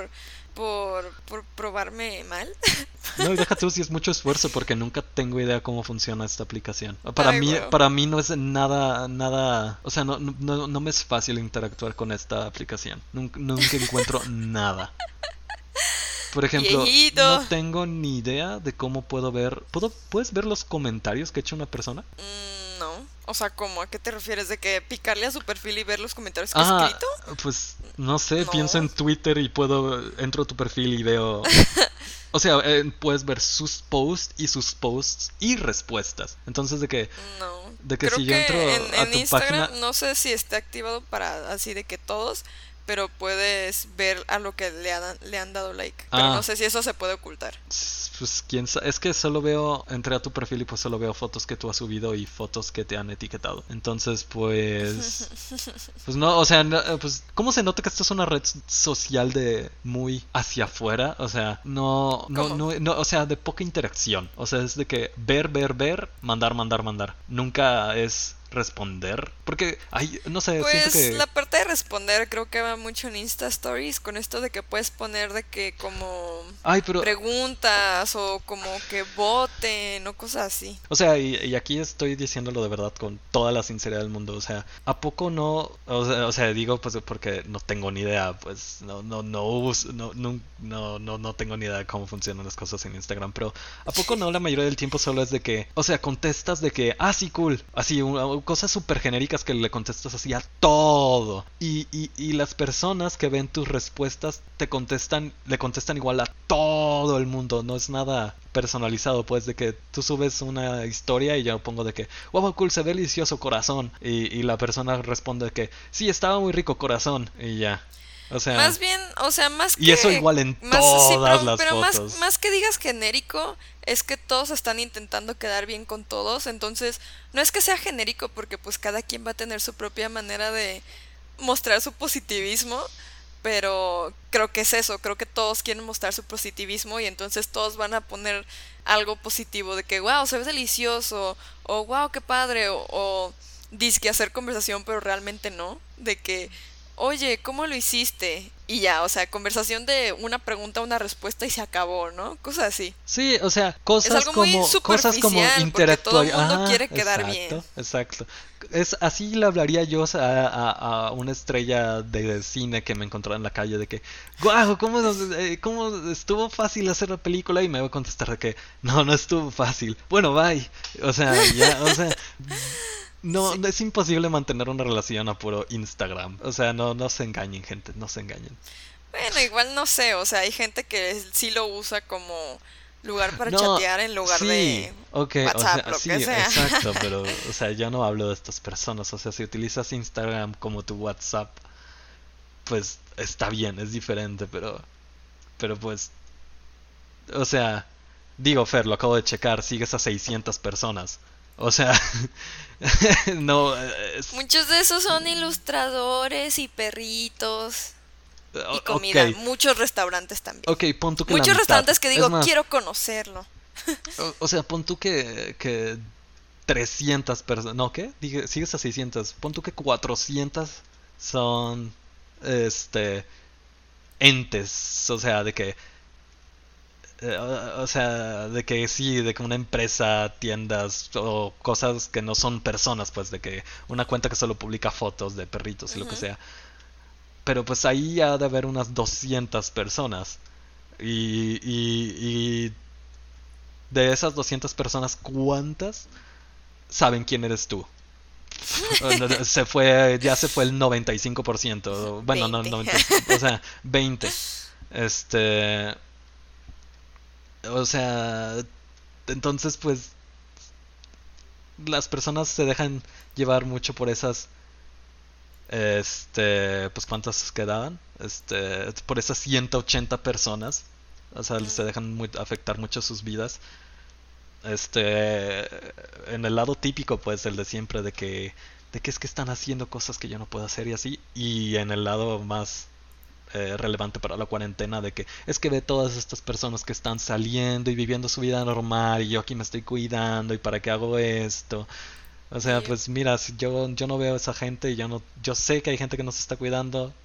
por probarme mal. No, y deja tú si es mucho esfuerzo porque nunca tengo idea cómo funciona esta aplicación. Ay, wow. Para mí no es nada, o sea, no me es fácil interactuar con esta aplicación. Nunca encuentro nada. Por ejemplo, no Viejito. tengo ni idea de cómo ¿puedes ver los comentarios que ha hecho una persona? No. O sea, ¿cómo? ¿A qué te refieres? ¿De que picarle a su perfil y ver los comentarios que ha Ah, escrito? pues no sé, pienso No. en Twitter y entro a tu perfil y veo. O sea, puedes ver sus posts y respuestas. Entonces No. de que Creo si yo que entro a en tu página, Instagram no sé si está activado para así de que todos, pero puedes ver a lo que le han dado like. Pero no ah, sé si eso se puede ocultar. pues quién sabe, es que solo veo, entré a tu perfil y pues solo veo fotos que tú has subido y fotos que te han etiquetado. Entonces, pues no, o sea, pues ¿cómo se nota que esto es una red social de muy hacia afuera? O sea, ¿Cómo? o sea, de poca interacción. O sea, es de que ver, mandar. Nunca es responder, porque no sé, siento Pues que la parte de responder creo que va mucho en Insta Stories con esto de que puedes poner de que como pero preguntas o como que voten o cosas así. o sea, y aquí estoy diciéndolo de verdad con toda la sinceridad del mundo. O sea, ¿a poco no? O sea, digo pues porque no tengo ni idea, pues no tengo ni idea de cómo funcionan las cosas en Instagram. Pero ¿a poco no la mayoría del tiempo solo es de que, o sea, contestas de que, sí, cool, así, cosas súper genéricas que le contestas así a todo. Y las personas que ven tus respuestas le contestan igual a todo el mundo. No es nada personalizado, pues, de que tú subes una historia y yo pongo de que, wow, cool, se ve delicioso, corazón. Y la persona responde de que, sí, estaba muy rico, corazón. Y ya. O sea, Más bien, o sea, más y eso que igual en más sí, todas las pero fotos. más que digas genérico, es que todos están intentando quedar bien con todos, entonces no es que sea genérico porque pues cada quien va a tener su propia manera de mostrar su positivismo, pero creo que es eso, creo que todos quieren mostrar su positivismo y entonces todos van a poner algo positivo de que wow, se ve delicioso o wow, qué padre o dizque hacer conversación pero realmente no, de que oye, ¿cómo lo hiciste? Y ya, o sea, conversación de una pregunta, una respuesta y se acabó, ¿no? Cosas así. Sí, o sea, Es algo muy cosas como superficial porque todo interactuar. el mundo Ah, quiere quedar bien. exacto. Es así le hablaría yo a una estrella de cine que me encontró en la calle de que, guau, cómo estuvo fácil hacer la película y me va a contestar de que, no estuvo fácil. Bueno, bye. O sea, ya, o sea, Sí. no es imposible mantener una relación a puro Instagram. O sea, no se engañen, gente, no se engañen. Bueno, igual no sé, o sea, hay gente que sí lo usa como lugar para No, chatear en lugar sí, de ok, o WhatsApp, sea, lo que sí, sea. exacto, pero, o sea, yo no hablo de estas personas, o sea, si utilizas Instagram como tu WhatsApp, pues está bien, es diferente, pero pues, o sea, digo, Fer, lo acabo de checar, sigues a 600 personas, o sea, no, Muchos de esos son ilustradores y perritos y ok, comida. Muchos restaurantes también. ok, pon tú que la Muchos mitad, restaurantes que es digo, más, quiero conocerlo. o sea, pon tú que 300 personas. ¿No qué? Dije, sigues a 600. Pon tú que 400 son. Este. Entes. O sea, de que. O sea, de que sí, de que una empresa, tiendas o cosas que no son personas, pues de que una cuenta que solo publica fotos de perritos y lo que Ujú. sea. Pero pues ahí ha de haber unas 200 personas. Y de esas 200 personas, ¿cuántas saben quién eres tú? Ya se fue el 95%. Bueno, no, 20. 95, o sea, 20. Este, o sea, entonces pues las personas se dejan llevar mucho por esas, pues cuántas quedaban, por esas 180 personas. O sea, se dejan afectar mucho sus vidas. Este, en el lado típico, pues, el de siempre, de que es que están haciendo cosas que yo no puedo hacer y así. Y en el lado más relevante para la cuarentena, de que es que ve todas estas personas que están saliendo y viviendo su vida normal y yo aquí me estoy cuidando y para qué hago esto. O sea, Y pues mira, si yo no veo a esa gente y yo sé que hay gente que no se está cuidando,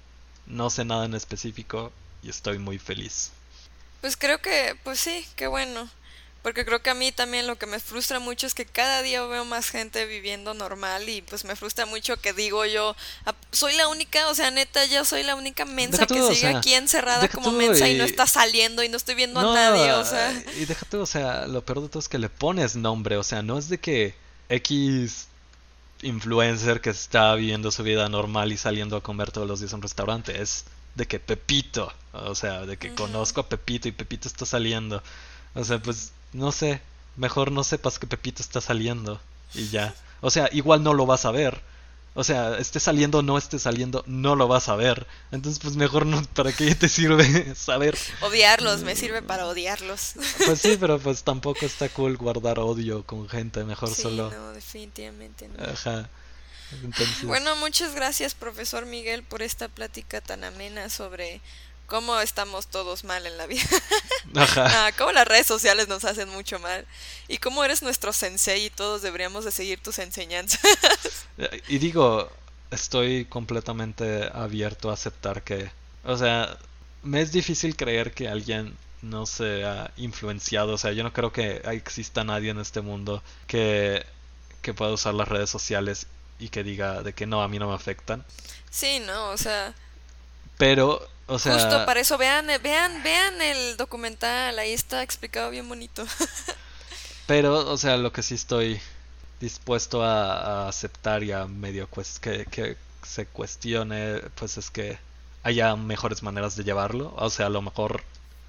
no sé nada en específico y estoy muy feliz. Pues creo que, pues sí, qué bueno. Porque creo que a mí también lo que me frustra mucho es que cada día veo más gente viviendo normal y pues me frustra mucho que digo yo, soy la única, o sea, neta, yo soy la única mensa Deja que tú, o sigue sea, aquí encerrada deja como tú mensa y no y... está saliendo y no estoy viendo a nadie, o No, sea. y deja tú, o sea, lo peor de todo es que le pones nombre, o sea, no es de que X influencer que está viviendo su vida normal y saliendo a comer todos los días a un restaurante, es de que Pepito, o sea, de que Ujú. conozco a Pepito y Pepito está saliendo. O sea, pues no sé, mejor no sepas que Pepito está saliendo y ya. O sea, igual no lo vas a ver. O sea, esté saliendo o no esté saliendo, no lo vas a ver. Entonces, pues mejor no, ¿para qué te sirve saber? Odiarlos, me sirve para odiarlos. Pues sí, pero pues tampoco está cool guardar odio con gente, mejor Sí, solo... no, definitivamente no. Ajá, entonces... Bueno, muchas gracias, profesor Miguel, por esta plática tan amena sobre cómo estamos todos mal en la vida. Ajá. Nada, cómo las redes sociales nos hacen mucho mal. Y cómo eres nuestro sensei y todos deberíamos de seguir tus enseñanzas. Y digo, estoy completamente abierto a aceptar que, o sea, me es difícil creer que alguien no se ha influenciado, o sea, yo no creo que exista nadie en este mundo que pueda usar las redes sociales y que diga de que no, a mí no me afectan, Sí, no, o sea, pero, o justo sea, para eso vean el documental, ahí está explicado bien bonito. pero, o sea, lo que sí estoy dispuesto a aceptar y a medio que se cuestione, pues es que haya mejores maneras de llevarlo. O sea, a lo mejor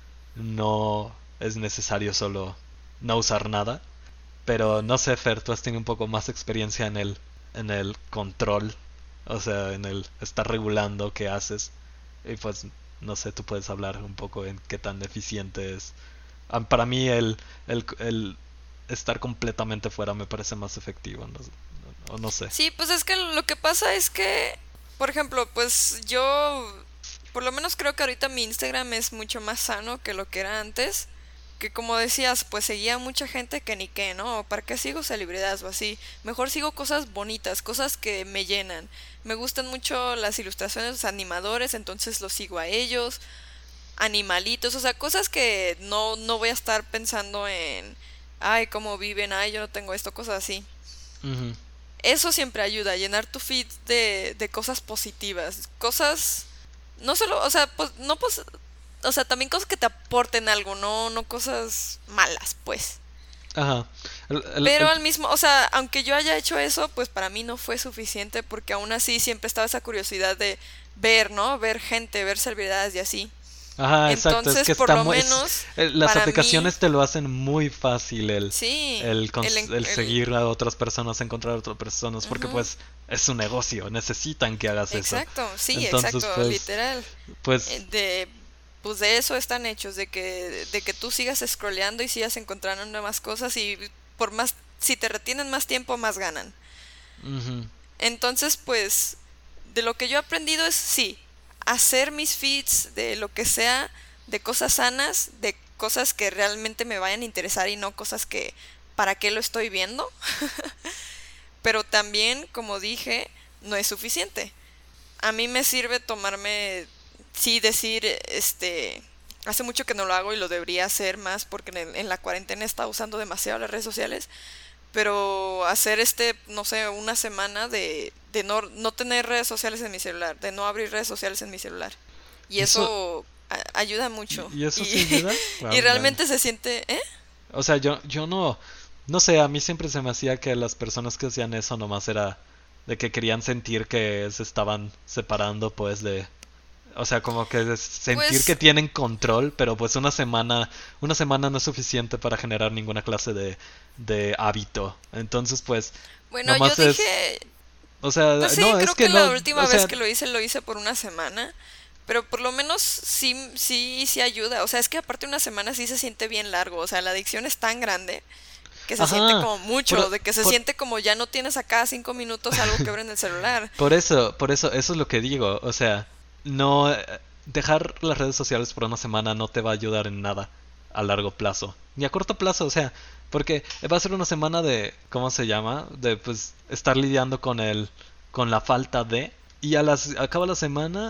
no es necesario solo no usar nada. Pero no sé, Fer, tú has tenido un poco más experiencia en el control. O sea, en el estar regulando qué haces. Y pues, no sé, tú puedes hablar un poco en qué tan eficiente es. Para mí el estar completamente fuera me parece más efectivo. No, no sé. Sí, pues es que lo que pasa es que, por ejemplo, pues yo, por lo menos creo que ahorita mi Instagram es mucho más sano que lo que era antes. Que como decías, pues seguía mucha gente que ni qué, ¿no? ¿Para qué sigo celebridades o así? Mejor sigo cosas bonitas, cosas que me llenan. Me gustan mucho las ilustraciones de los animadores, entonces los sigo a ellos. Animalitos, o sea, cosas que no voy a estar pensando en, ay, cómo viven, ay, yo no tengo esto, cosas así. Ujú. Eso siempre ayuda, a llenar tu feed de cosas positivas, cosas, no solo, o sea, pues, no pues, o sea, también cosas que te aporten algo, no cosas malas, pues. Ajá. Pero al mismo, o sea, aunque yo haya hecho eso, pues para mí no fue suficiente porque aún así siempre estaba esa curiosidad de ver, ¿no? Ver gente, ver celebridades y así. Ajá, exacto. Es Entonces, que por está lo muy... menos, las para mí, aplicaciones te lo hacen muy fácil sí, el seguir a otras personas, encontrar a otras personas, porque ujú, pues es un negocio, necesitan que hagas eso. exacto, sí, Entonces, exacto, pues, literal. pues, De pues de eso están hechos, de que tú sigas scrolleando y sigas encontrando nuevas cosas y por más, si te retienen más tiempo, más ganan. ujú, Entonces, pues, de lo que yo he aprendido es, sí, hacer mis feeds de lo que sea, de cosas sanas, de cosas que realmente me vayan a interesar y no cosas que, ¿para qué lo estoy viendo? Pero también, como dije, no es suficiente. A mí me sirve tomarme, sí, decir, hace mucho que no lo hago y lo debería hacer más porque en la cuarentena he estado usando demasiado las redes sociales, pero hacer no sé, una semana de no tener redes sociales en mi celular, de no abrir redes sociales en mi celular. Y eso, eso ayuda mucho. y eso sí Y, ayuda. y Wow, vale. realmente se siente, ¿eh? O sea, yo no, no sé, a mí siempre se me hacía que las personas que hacían eso nomás era de que querían sentir que se estaban separando, pues, de, o sea, como que sentir que Pues, tienen control, pero pues una semana no es suficiente para generar ninguna clase de hábito. Entonces, pues, bueno, yo nomás es, dije, o sea, pues sí, no, es creo que que la no, o última vez sea, que lo hice por una semana. Pero por lo menos sí ayuda. O sea, es que aparte una semana sí se siente bien largo. O sea, la adicción es tan grande que se siente ajá, como mucho. por, De que se por, siente como ya no tienes a cada 5 minutos algo que ver en el celular. por eso es lo que digo, o sea, no, dejar las redes sociales por una semana no te va a ayudar en nada a largo plazo, ni a corto plazo, o sea, porque va a ser una semana de, ¿cómo se llama? De pues estar lidiando con la falta de, y acaba la semana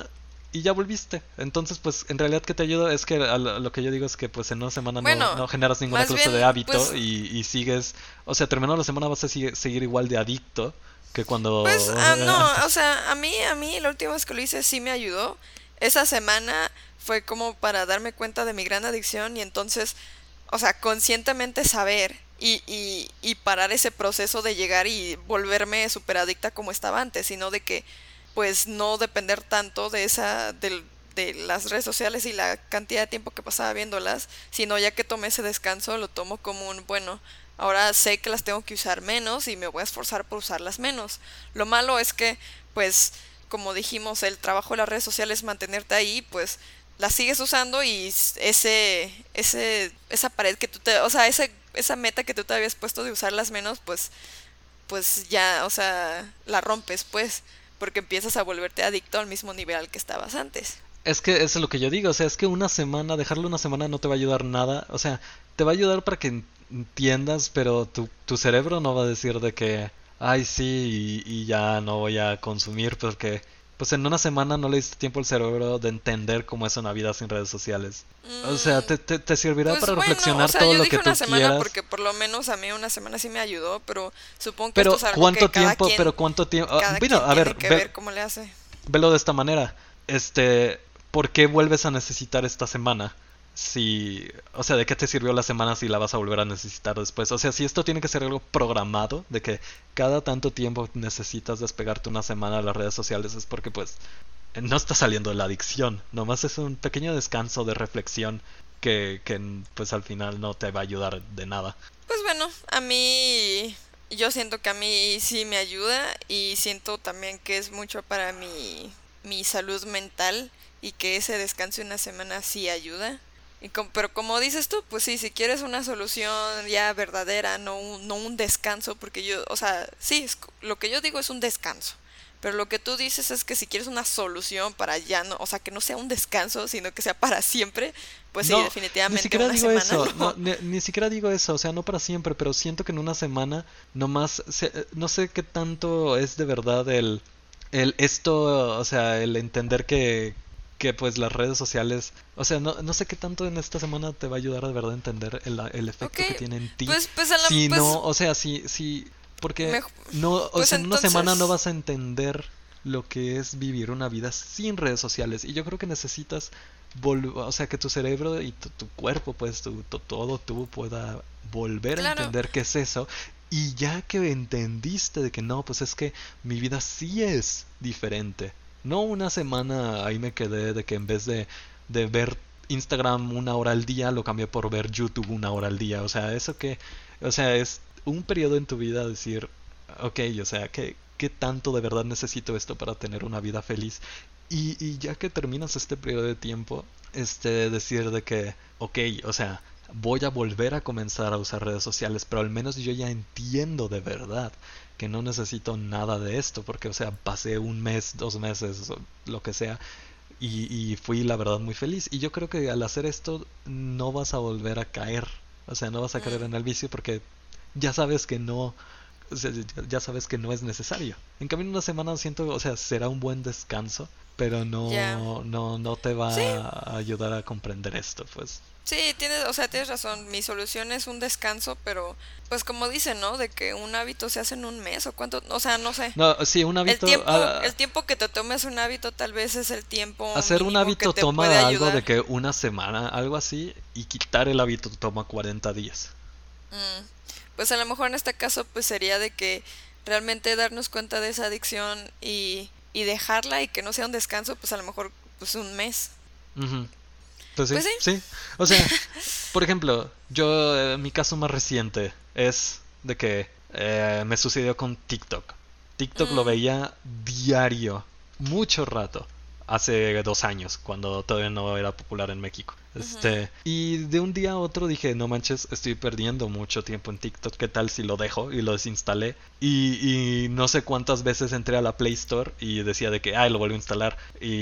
y ya volviste. Entonces, pues en realidad que te ayuda es que lo que yo digo es que pues en una semana Bueno, no generas ninguna más clase bien, de hábito pues, y sigues, o sea, terminando la semana vas a seguir igual de adicto que pues, cuando no, o antes. sea, a mí la última vez que lo hice sí me ayudó. Esa semana fue como para darme cuenta de mi gran adicción y entonces, o sea, conscientemente saber y parar ese proceso de llegar y volverme súper adicta como estaba antes, sino de que, pues, no depender tanto de las redes sociales y la cantidad de tiempo que pasaba viéndolas, sino ya que tomé ese descanso, lo tomo como un, bueno, ahora sé que las tengo que usar menos y me voy a esforzar por usarlas menos. Lo malo es que, pues, como dijimos, el trabajo de las redes sociales es mantenerte ahí, pues la sigues usando y esa pared que o sea, esa meta que tú te habías puesto de usarlas menos, pues ya, o sea, la rompes, pues, porque empiezas a volverte adicto al mismo nivel al que estabas antes. Es que eso es lo que yo digo, o sea, es que una semana, dejarlo una semana no te va a ayudar nada, o sea, te va a ayudar para que entiendas, pero tu cerebro no va a decir de que, ay, sí, y ya no voy a consumir, porque pues en una semana no le diste tiempo al cerebro de entender cómo es una vida sin redes sociales. O sea, Mm, te servirá pues para bueno, o reflexionar sea, todo yo lo que dije una tú semana quieras, porque por lo menos a mí una semana sí me ayudó, pero supongo que esto pero es algo que pero cuánto tiempo, cada bueno, quien a tiene ver, que ver cómo le hace. velo de esta manera. ¿Por qué vuelves a necesitar esta semana? Si, o sea, ¿de qué te sirvió la semana si la vas a volver a necesitar después? O sea, si esto tiene que ser algo programado, de que cada tanto tiempo necesitas despegarte una semana de las redes sociales, es porque pues no está saliendo de la adicción, nomás es un pequeño descanso de reflexión que pues al final no te va a ayudar de nada. Pues bueno, yo siento que a mí sí me ayuda y siento también que es mucho para mi salud mental y que ese descanso de una semana sí ayuda. Pero como dices tú, pues sí, si quieres una solución ya verdadera, no un descanso, porque yo, o sea, sí, lo que yo digo es un descanso. Pero lo que tú dices es que si quieres una solución para ya no, o sea, que no sea un descanso, sino que sea para siempre, pues sí, No, ni definitivamente siquiera una digo semana eso, no, no. ni siquiera digo eso, o sea, no para siempre, pero siento que en una semana nomás, no sé qué tanto es de verdad esto, o sea, el entender que pues las redes sociales, o sea, no sé qué tanto en esta semana te va a ayudar de verdad a entender el Ok, efecto que tiene en ti, pues, si pues, no, o sea, porque no, o pues sea, en una semana no entonces, vas a entender lo que es vivir una vida sin redes sociales y yo creo que necesitas o sea, que tu cerebro y tu cuerpo, pues todo tú pueda volver a claro, entender qué es eso. Y ya que entendiste de que no, pues es que mi vida sí es diferente. No una semana ahí me quedé de que en vez de ver Instagram una hora al día, lo cambié por ver YouTube una hora al día. O sea, o sea, es un periodo en tu vida decir, ok, o sea, ¿qué tanto de verdad necesito esto para tener una vida feliz? Y ya que terminas este periodo de tiempo, decir de que, ok, o sea, voy a volver a comenzar a usar redes sociales, pero al menos yo ya entiendo de verdad que no necesito nada de esto, porque, o sea, pasé un mes, 2 meses, o lo que sea, y fui, la verdad, muy feliz. Y yo creo que al hacer esto no vas a volver a caer, o sea, no vas a caer mm, en el vicio porque ya sabes que no, o sea, ya sabes que no es necesario. En cambio, en una semana siento, o sea, será un buen descanso, pero ya. no te Sí, va a ayudar a comprender esto, pues. sí, tienes, o sea, tienes razón. Mi solución es un descanso, pero pues como dicen, ¿no? De que un hábito se hace en un mes o cuánto, o sea, no sé. No, sí, un hábito, El tiempo que te tomes un hábito tal vez es el tiempo hacer un mínimo que hábito te puede toma algo de ayudar. que una semana, algo así, y quitar el hábito toma 40 días. Mm, Pues a lo mejor en este caso pues sería de que realmente darnos cuenta de esa adicción y dejarla y que no sea un descanso, pues a lo mejor pues un mes. Ujú. Pues sí, Pues sí. sí. O sea, por ejemplo, mi caso más reciente es de que me sucedió con TikTok. TikTok lo Mm, veía diario, mucho rato, hace 2 años, cuando todavía no era popular en México. ujú. Y de un día a otro dije, no manches, estoy perdiendo mucho tiempo en TikTok, ¿qué tal si lo dejo? Y lo desinstalé. Y no sé cuántas veces entré a la Play Store y decía de que, ay, lo vuelvo a instalar.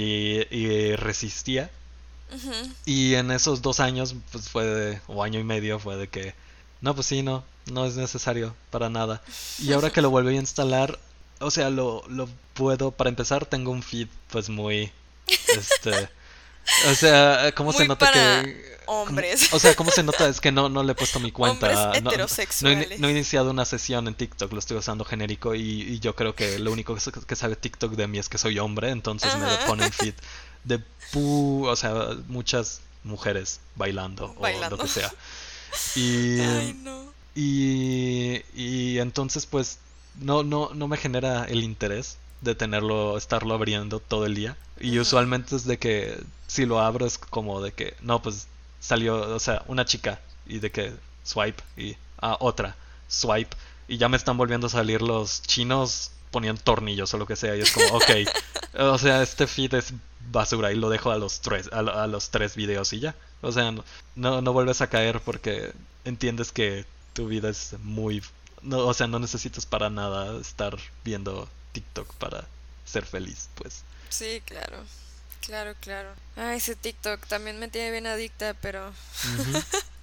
Y resistía. Ujú. Y en esos 2 años, pues o año y medio, fue de que, no, pues sí, no es necesario para nada. Y ahora que lo volví a instalar, o sea, lo puedo, para empezar, tengo un feed pues muy Este, o sea, ¿cómo se Muy nota para que... hombres. o sea, ¿cómo se nota? Es que no le he puesto mi Hombres cuenta. No he heterosexuales. iniciado una sesión en TikTok, lo estoy usando genérico y yo creo que lo único que sabe TikTok de mí es que soy hombre, entonces me Ajá. pone un feed de o sea, muchas mujeres bailando o lo Bailando. que sea. Y, Ay, no. y entonces pues no me genera el interés de estarlo abriendo todo el día. Y Ujú. usualmente es de que si lo abro es como de que, no, pues salió, o sea, una chica y de que swipe y otra, swipe. Y ya me están volviendo a salir los chinos poniendo tornillos o lo que sea. Y es como, ok, o sea, este feed es basura y lo dejo a los a los tres videos y ya. O sea, no vuelves a caer porque entiendes que tu vida es muy... No, o sea, no necesitas para nada estar viendo TikTok para ser feliz, pues. Sí, claro. Claro, claro. Ay, ese TikTok también me tiene bien adicta, pero Ujú.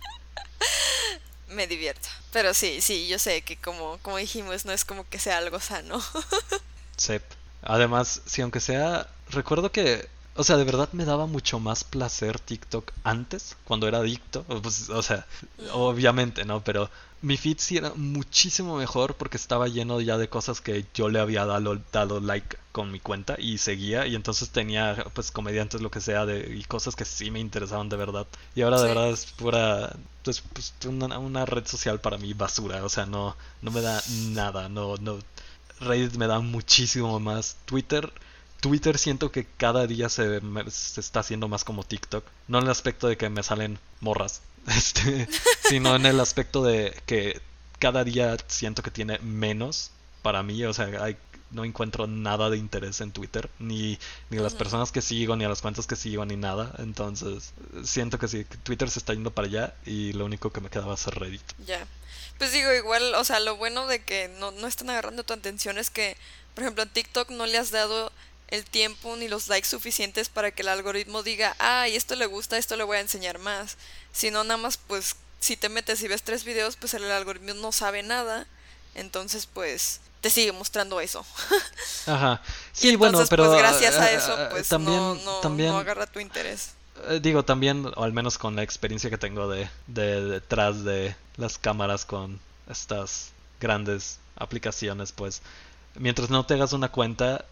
me divierto. Pero sí, sí, yo sé que como dijimos, no es como que sea algo sano. Sí. Además, si aunque sea, recuerdo que, o sea, de verdad me daba mucho más placer TikTok antes, cuando era adicto. Pues, o sea, Mm, obviamente, ¿no? Pero mi feed sí era muchísimo mejor porque estaba lleno ya de cosas que yo le había dado like con mi cuenta y seguía y entonces tenía pues comediantes lo que sea y cosas que sí me interesaban de verdad. Y ahora de sí. verdad es pura pues, una red social para mí basura, o sea, no me da nada, no Reddit me da muchísimo más. Twitter siento que cada día se está haciendo más como TikTok. No en el aspecto de que me salen morras, sino en el aspecto de que cada día siento que tiene menos para mí. O sea, no encuentro nada de interés en Twitter, ni a las Ujú. personas que sigo, ni a las cuentas que sigo, ni nada. Entonces, siento que sí, que Twitter se está yendo para allá y lo único que me queda va a ser Reddit. Ya. Pues digo, igual, o sea, lo bueno de que no están agarrando tu atención es que, por ejemplo, a TikTok no le has dado el tiempo ni los likes suficientes para que el algoritmo diga, ah, y esto le gusta, esto le voy a enseñar más. Si no, nada más, pues, si te metes y ves 3 videos, pues el algoritmo no sabe nada. Entonces, pues, te sigue mostrando eso. Ajá. Y Sí, bueno, entonces, pues, pero gracias a eso, pues, no también, agarra tu interés. digo, también, o al menos con la experiencia que tengo de detrás de las cámaras con estas grandes aplicaciones, pues, mientras no te hagas una cuenta,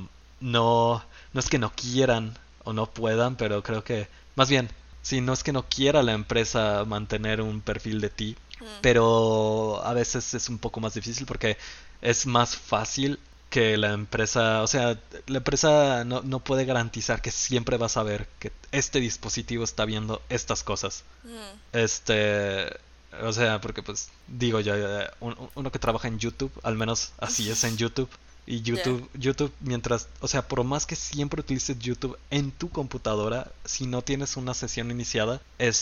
no es que no quieran o no puedan, pero creo que, más bien, sí, no es que no quiera la empresa mantener un perfil de ti, Mm, pero a veces es un poco más difícil porque es más fácil que la empresa, o sea, la empresa no puede garantizar que siempre vas a ver que este dispositivo está viendo estas cosas. mm, Este, o sea, porque pues digo yo, uno que trabaja en YouTube, al menos así es en YouTube. Y ya. YouTube, mientras, o sea, por más que siempre utilices YouTube en tu computadora, si no tienes una sesión iniciada,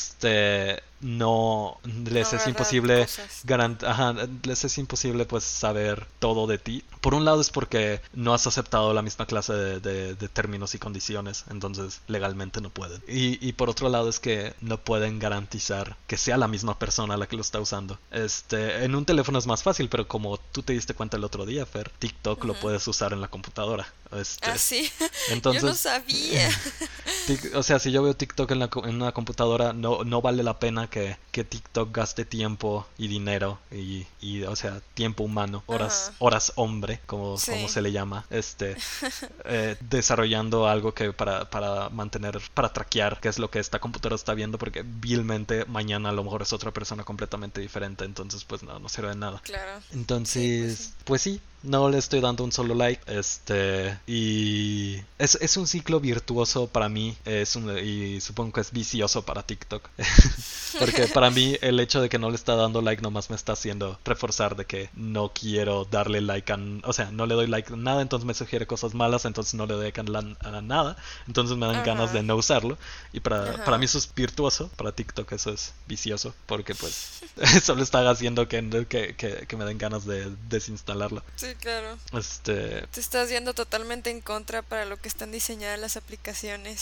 no No les es agarra imposible cosas. ajá, les es imposible pues saber todo de ti. Por un lado es porque no has aceptado la misma clase de términos y condiciones, entonces legalmente no pueden. Y por otro lado es que no pueden garantizar que sea la misma persona la que lo está usando. En un teléfono es más fácil, pero como tú te diste cuenta el otro día, Fer, TikTok lo Ujú. puedes usar en la computadora. Ah, sí. Yo no Entonces, sabía. o sea, si yo veo TikTok en una computadora, no vale la pena que TikTok gaste tiempo y dinero o sea, tiempo humano, Ajá. horas hombre, como Sí. se le llama, desarrollando algo que para traquear qué es lo que esta computadora está viendo, porque vilmente mañana a lo mejor es otra persona completamente diferente, entonces pues no sirve de nada. Claro. Sí, pues sí. Entonces, pues sí, no le estoy dando un solo like. Y es un ciclo virtuoso para mí. Y supongo que es vicioso para TikTok. Porque para mí el hecho de que no le está dando like nomás me está haciendo reforzar de que no quiero darle like o sea, no le doy like a nada, entonces me sugiere cosas malas, entonces no le doy like a nada, entonces me dan ganas de Ajá. no usarlo. Y para mí Ajá. eso es virtuoso, para TikTok eso es vicioso, porque pues eso le está haciendo que me den ganas de desinstalarlo. Sí, claro. Este, Te estás yendo totalmente en contra para lo que están diseñadas las aplicaciones.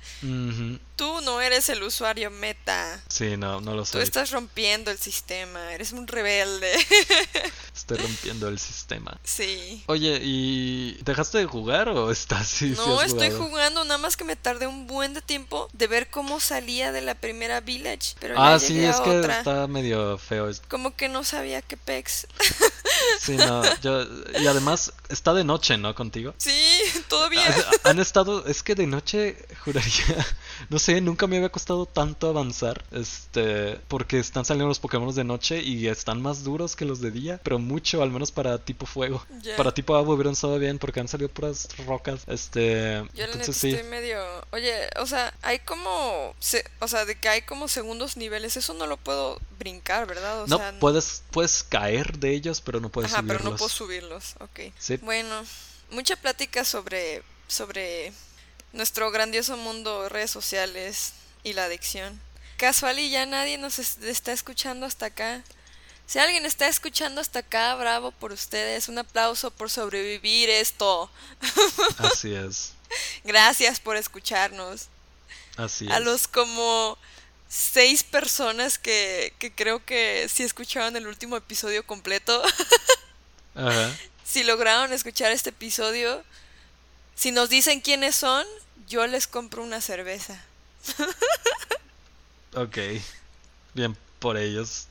Ujú. Tú no eres el usuario meta. Sí, no, no lo Tú soy. estás rompiendo el sistema. Eres un rebelde. Estoy rompiendo el sistema. Sí. Oye, ¿y dejaste de jugar o estás? Sí, sí No, has estoy jugado. jugando, nada más que me tardé un buen de tiempo de ver cómo salía de la primera village, pero ya Ah, sí, llegué es a que otra. está medio feo. Como que no sabía qué pex. Sí, no, y además está de noche, ¿no? Contigo. Sí, todavía. Han estado, es que de noche, juraría, no sé, nunca me había costado tanto avanzar, porque están saliendo los Pokémon de noche y están más duros que los de día, pero mucho, al menos para tipo fuego. Ya. Para tipo agua hubieran estado bien porque han salido puras rocas, Yo la neta entonces sí. estoy medio... Oye, o sea, hay como... O sea, de que hay como segundos niveles, eso no lo puedo brincar, ¿verdad? O No, sea... puedes caer de ellos, pero no puedes Ajá, pero no puedo subirlos. subirlos, ok. Sí, Bueno, mucha plática sobre nuestro grandioso mundo, de redes sociales y la adicción. Casual y ya nadie nos está escuchando hasta acá. Si alguien está escuchando hasta acá, bravo por ustedes. Un aplauso por sobrevivir esto. así es, Gracias por escucharnos. así A es. los como 6 personas que creo que sí escucharon el último episodio completo. Ajá, Si lograron escuchar este episodio, si nos dicen quiénes son, yo les compro una cerveza. ok, bien por ellos.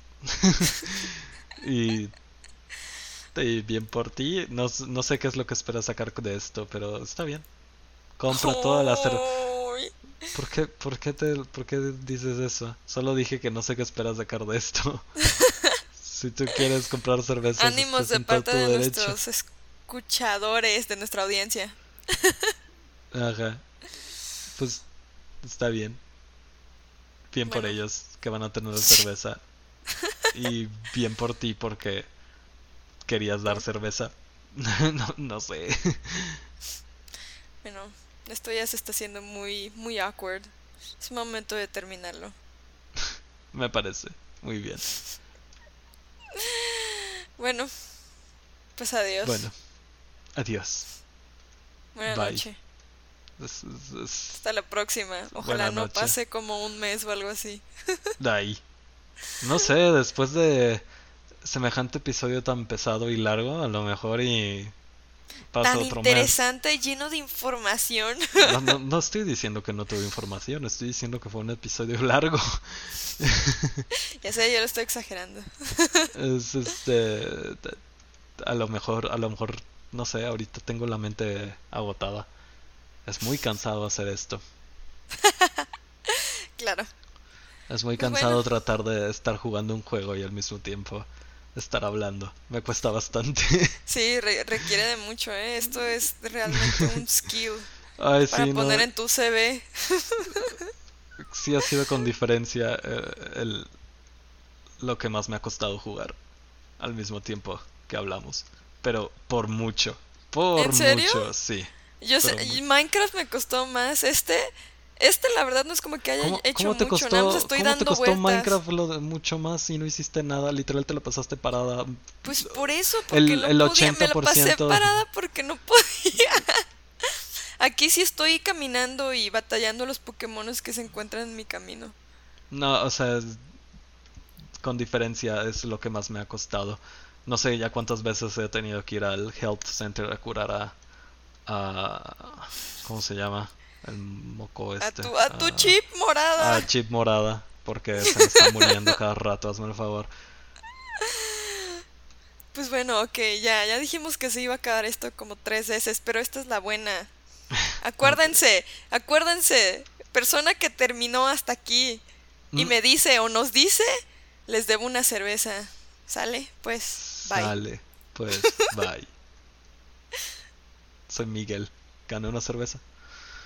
y Y bien por ti. No, no sé qué es lo que esperas sacar de esto, pero está bien. Compra toda la cerveza. Uy. ¿Por qué dices eso? Solo dije que no sé qué esperas sacar de esto. Si tú quieres comprar cervezas, Ánimos estás de en todo parte tu de derecho. nuestros escuchadores, de nuestra audiencia. Ajá. Pues está bien. Bien por Bueno, ellos que van a tener cerveza. Y bien por ti porque querías dar por, cerveza. No, no sé. bueno, esto ya se está haciendo muy, muy awkward. Es momento de terminarlo. Me parece. Muy bien. Bueno, pues adiós. Bueno, adiós. Buena Bye. noche. Es Hasta la próxima. Ojalá buena no noche. pase como un mes o algo así. De ahí. No sé, después de semejante episodio tan pesado y largo, a lo mejor y pasa Tan otro mes. interesante, lleno de información. No, no, no estoy diciendo que no tuve información, estoy diciendo que fue un episodio largo. Ya sé, yo lo estoy exagerando. Es a lo mejor, no sé, ahorita tengo la mente agotada. Es muy cansado hacer esto. Claro. Es muy Pues bueno, cansado tratar de estar jugando un juego y al mismo tiempo estar hablando. Me cuesta bastante. sí, requiere de mucho, ¿eh? Esto es realmente un skill Ay, para sí, poner no. en tu CV. Sí ha sido con diferencia lo que más me ha costado jugar al mismo tiempo que hablamos. Pero por mucho. Por ¿En serio? mucho, sí. Yo sé, Pero y Minecraft me costó más. Este la verdad no es como que haya hecho mucho, nada más estoy ¿Cómo te dando costó vueltas. Minecraft lo de mucho más y no hiciste nada? Literal te la pasaste parada. Pues por eso, porque no El podía, me la pasé 80%. parada porque no podía. Aquí sí estoy caminando y batallando los Pokémones que se encuentran en mi camino. No, o sea, con diferencia es lo que más me ha costado. No sé ya cuántas veces he tenido que ir al Health Center a curar ¿cómo se llama? El moco A tu chip morada. a Chip Morada. Porque se me está muriendo cada rato, hazme el favor. Pues bueno, ok, ya dijimos que se iba a acabar esto como 3 veces, pero esta es la buena. Ok. Acuérdense, persona que terminó hasta aquí y Mm, me dice o nos dice, les debo una cerveza. ¿Sale? Pues, bye. Sale. Pues, bye. Soy Miguel. Gané una cerveza.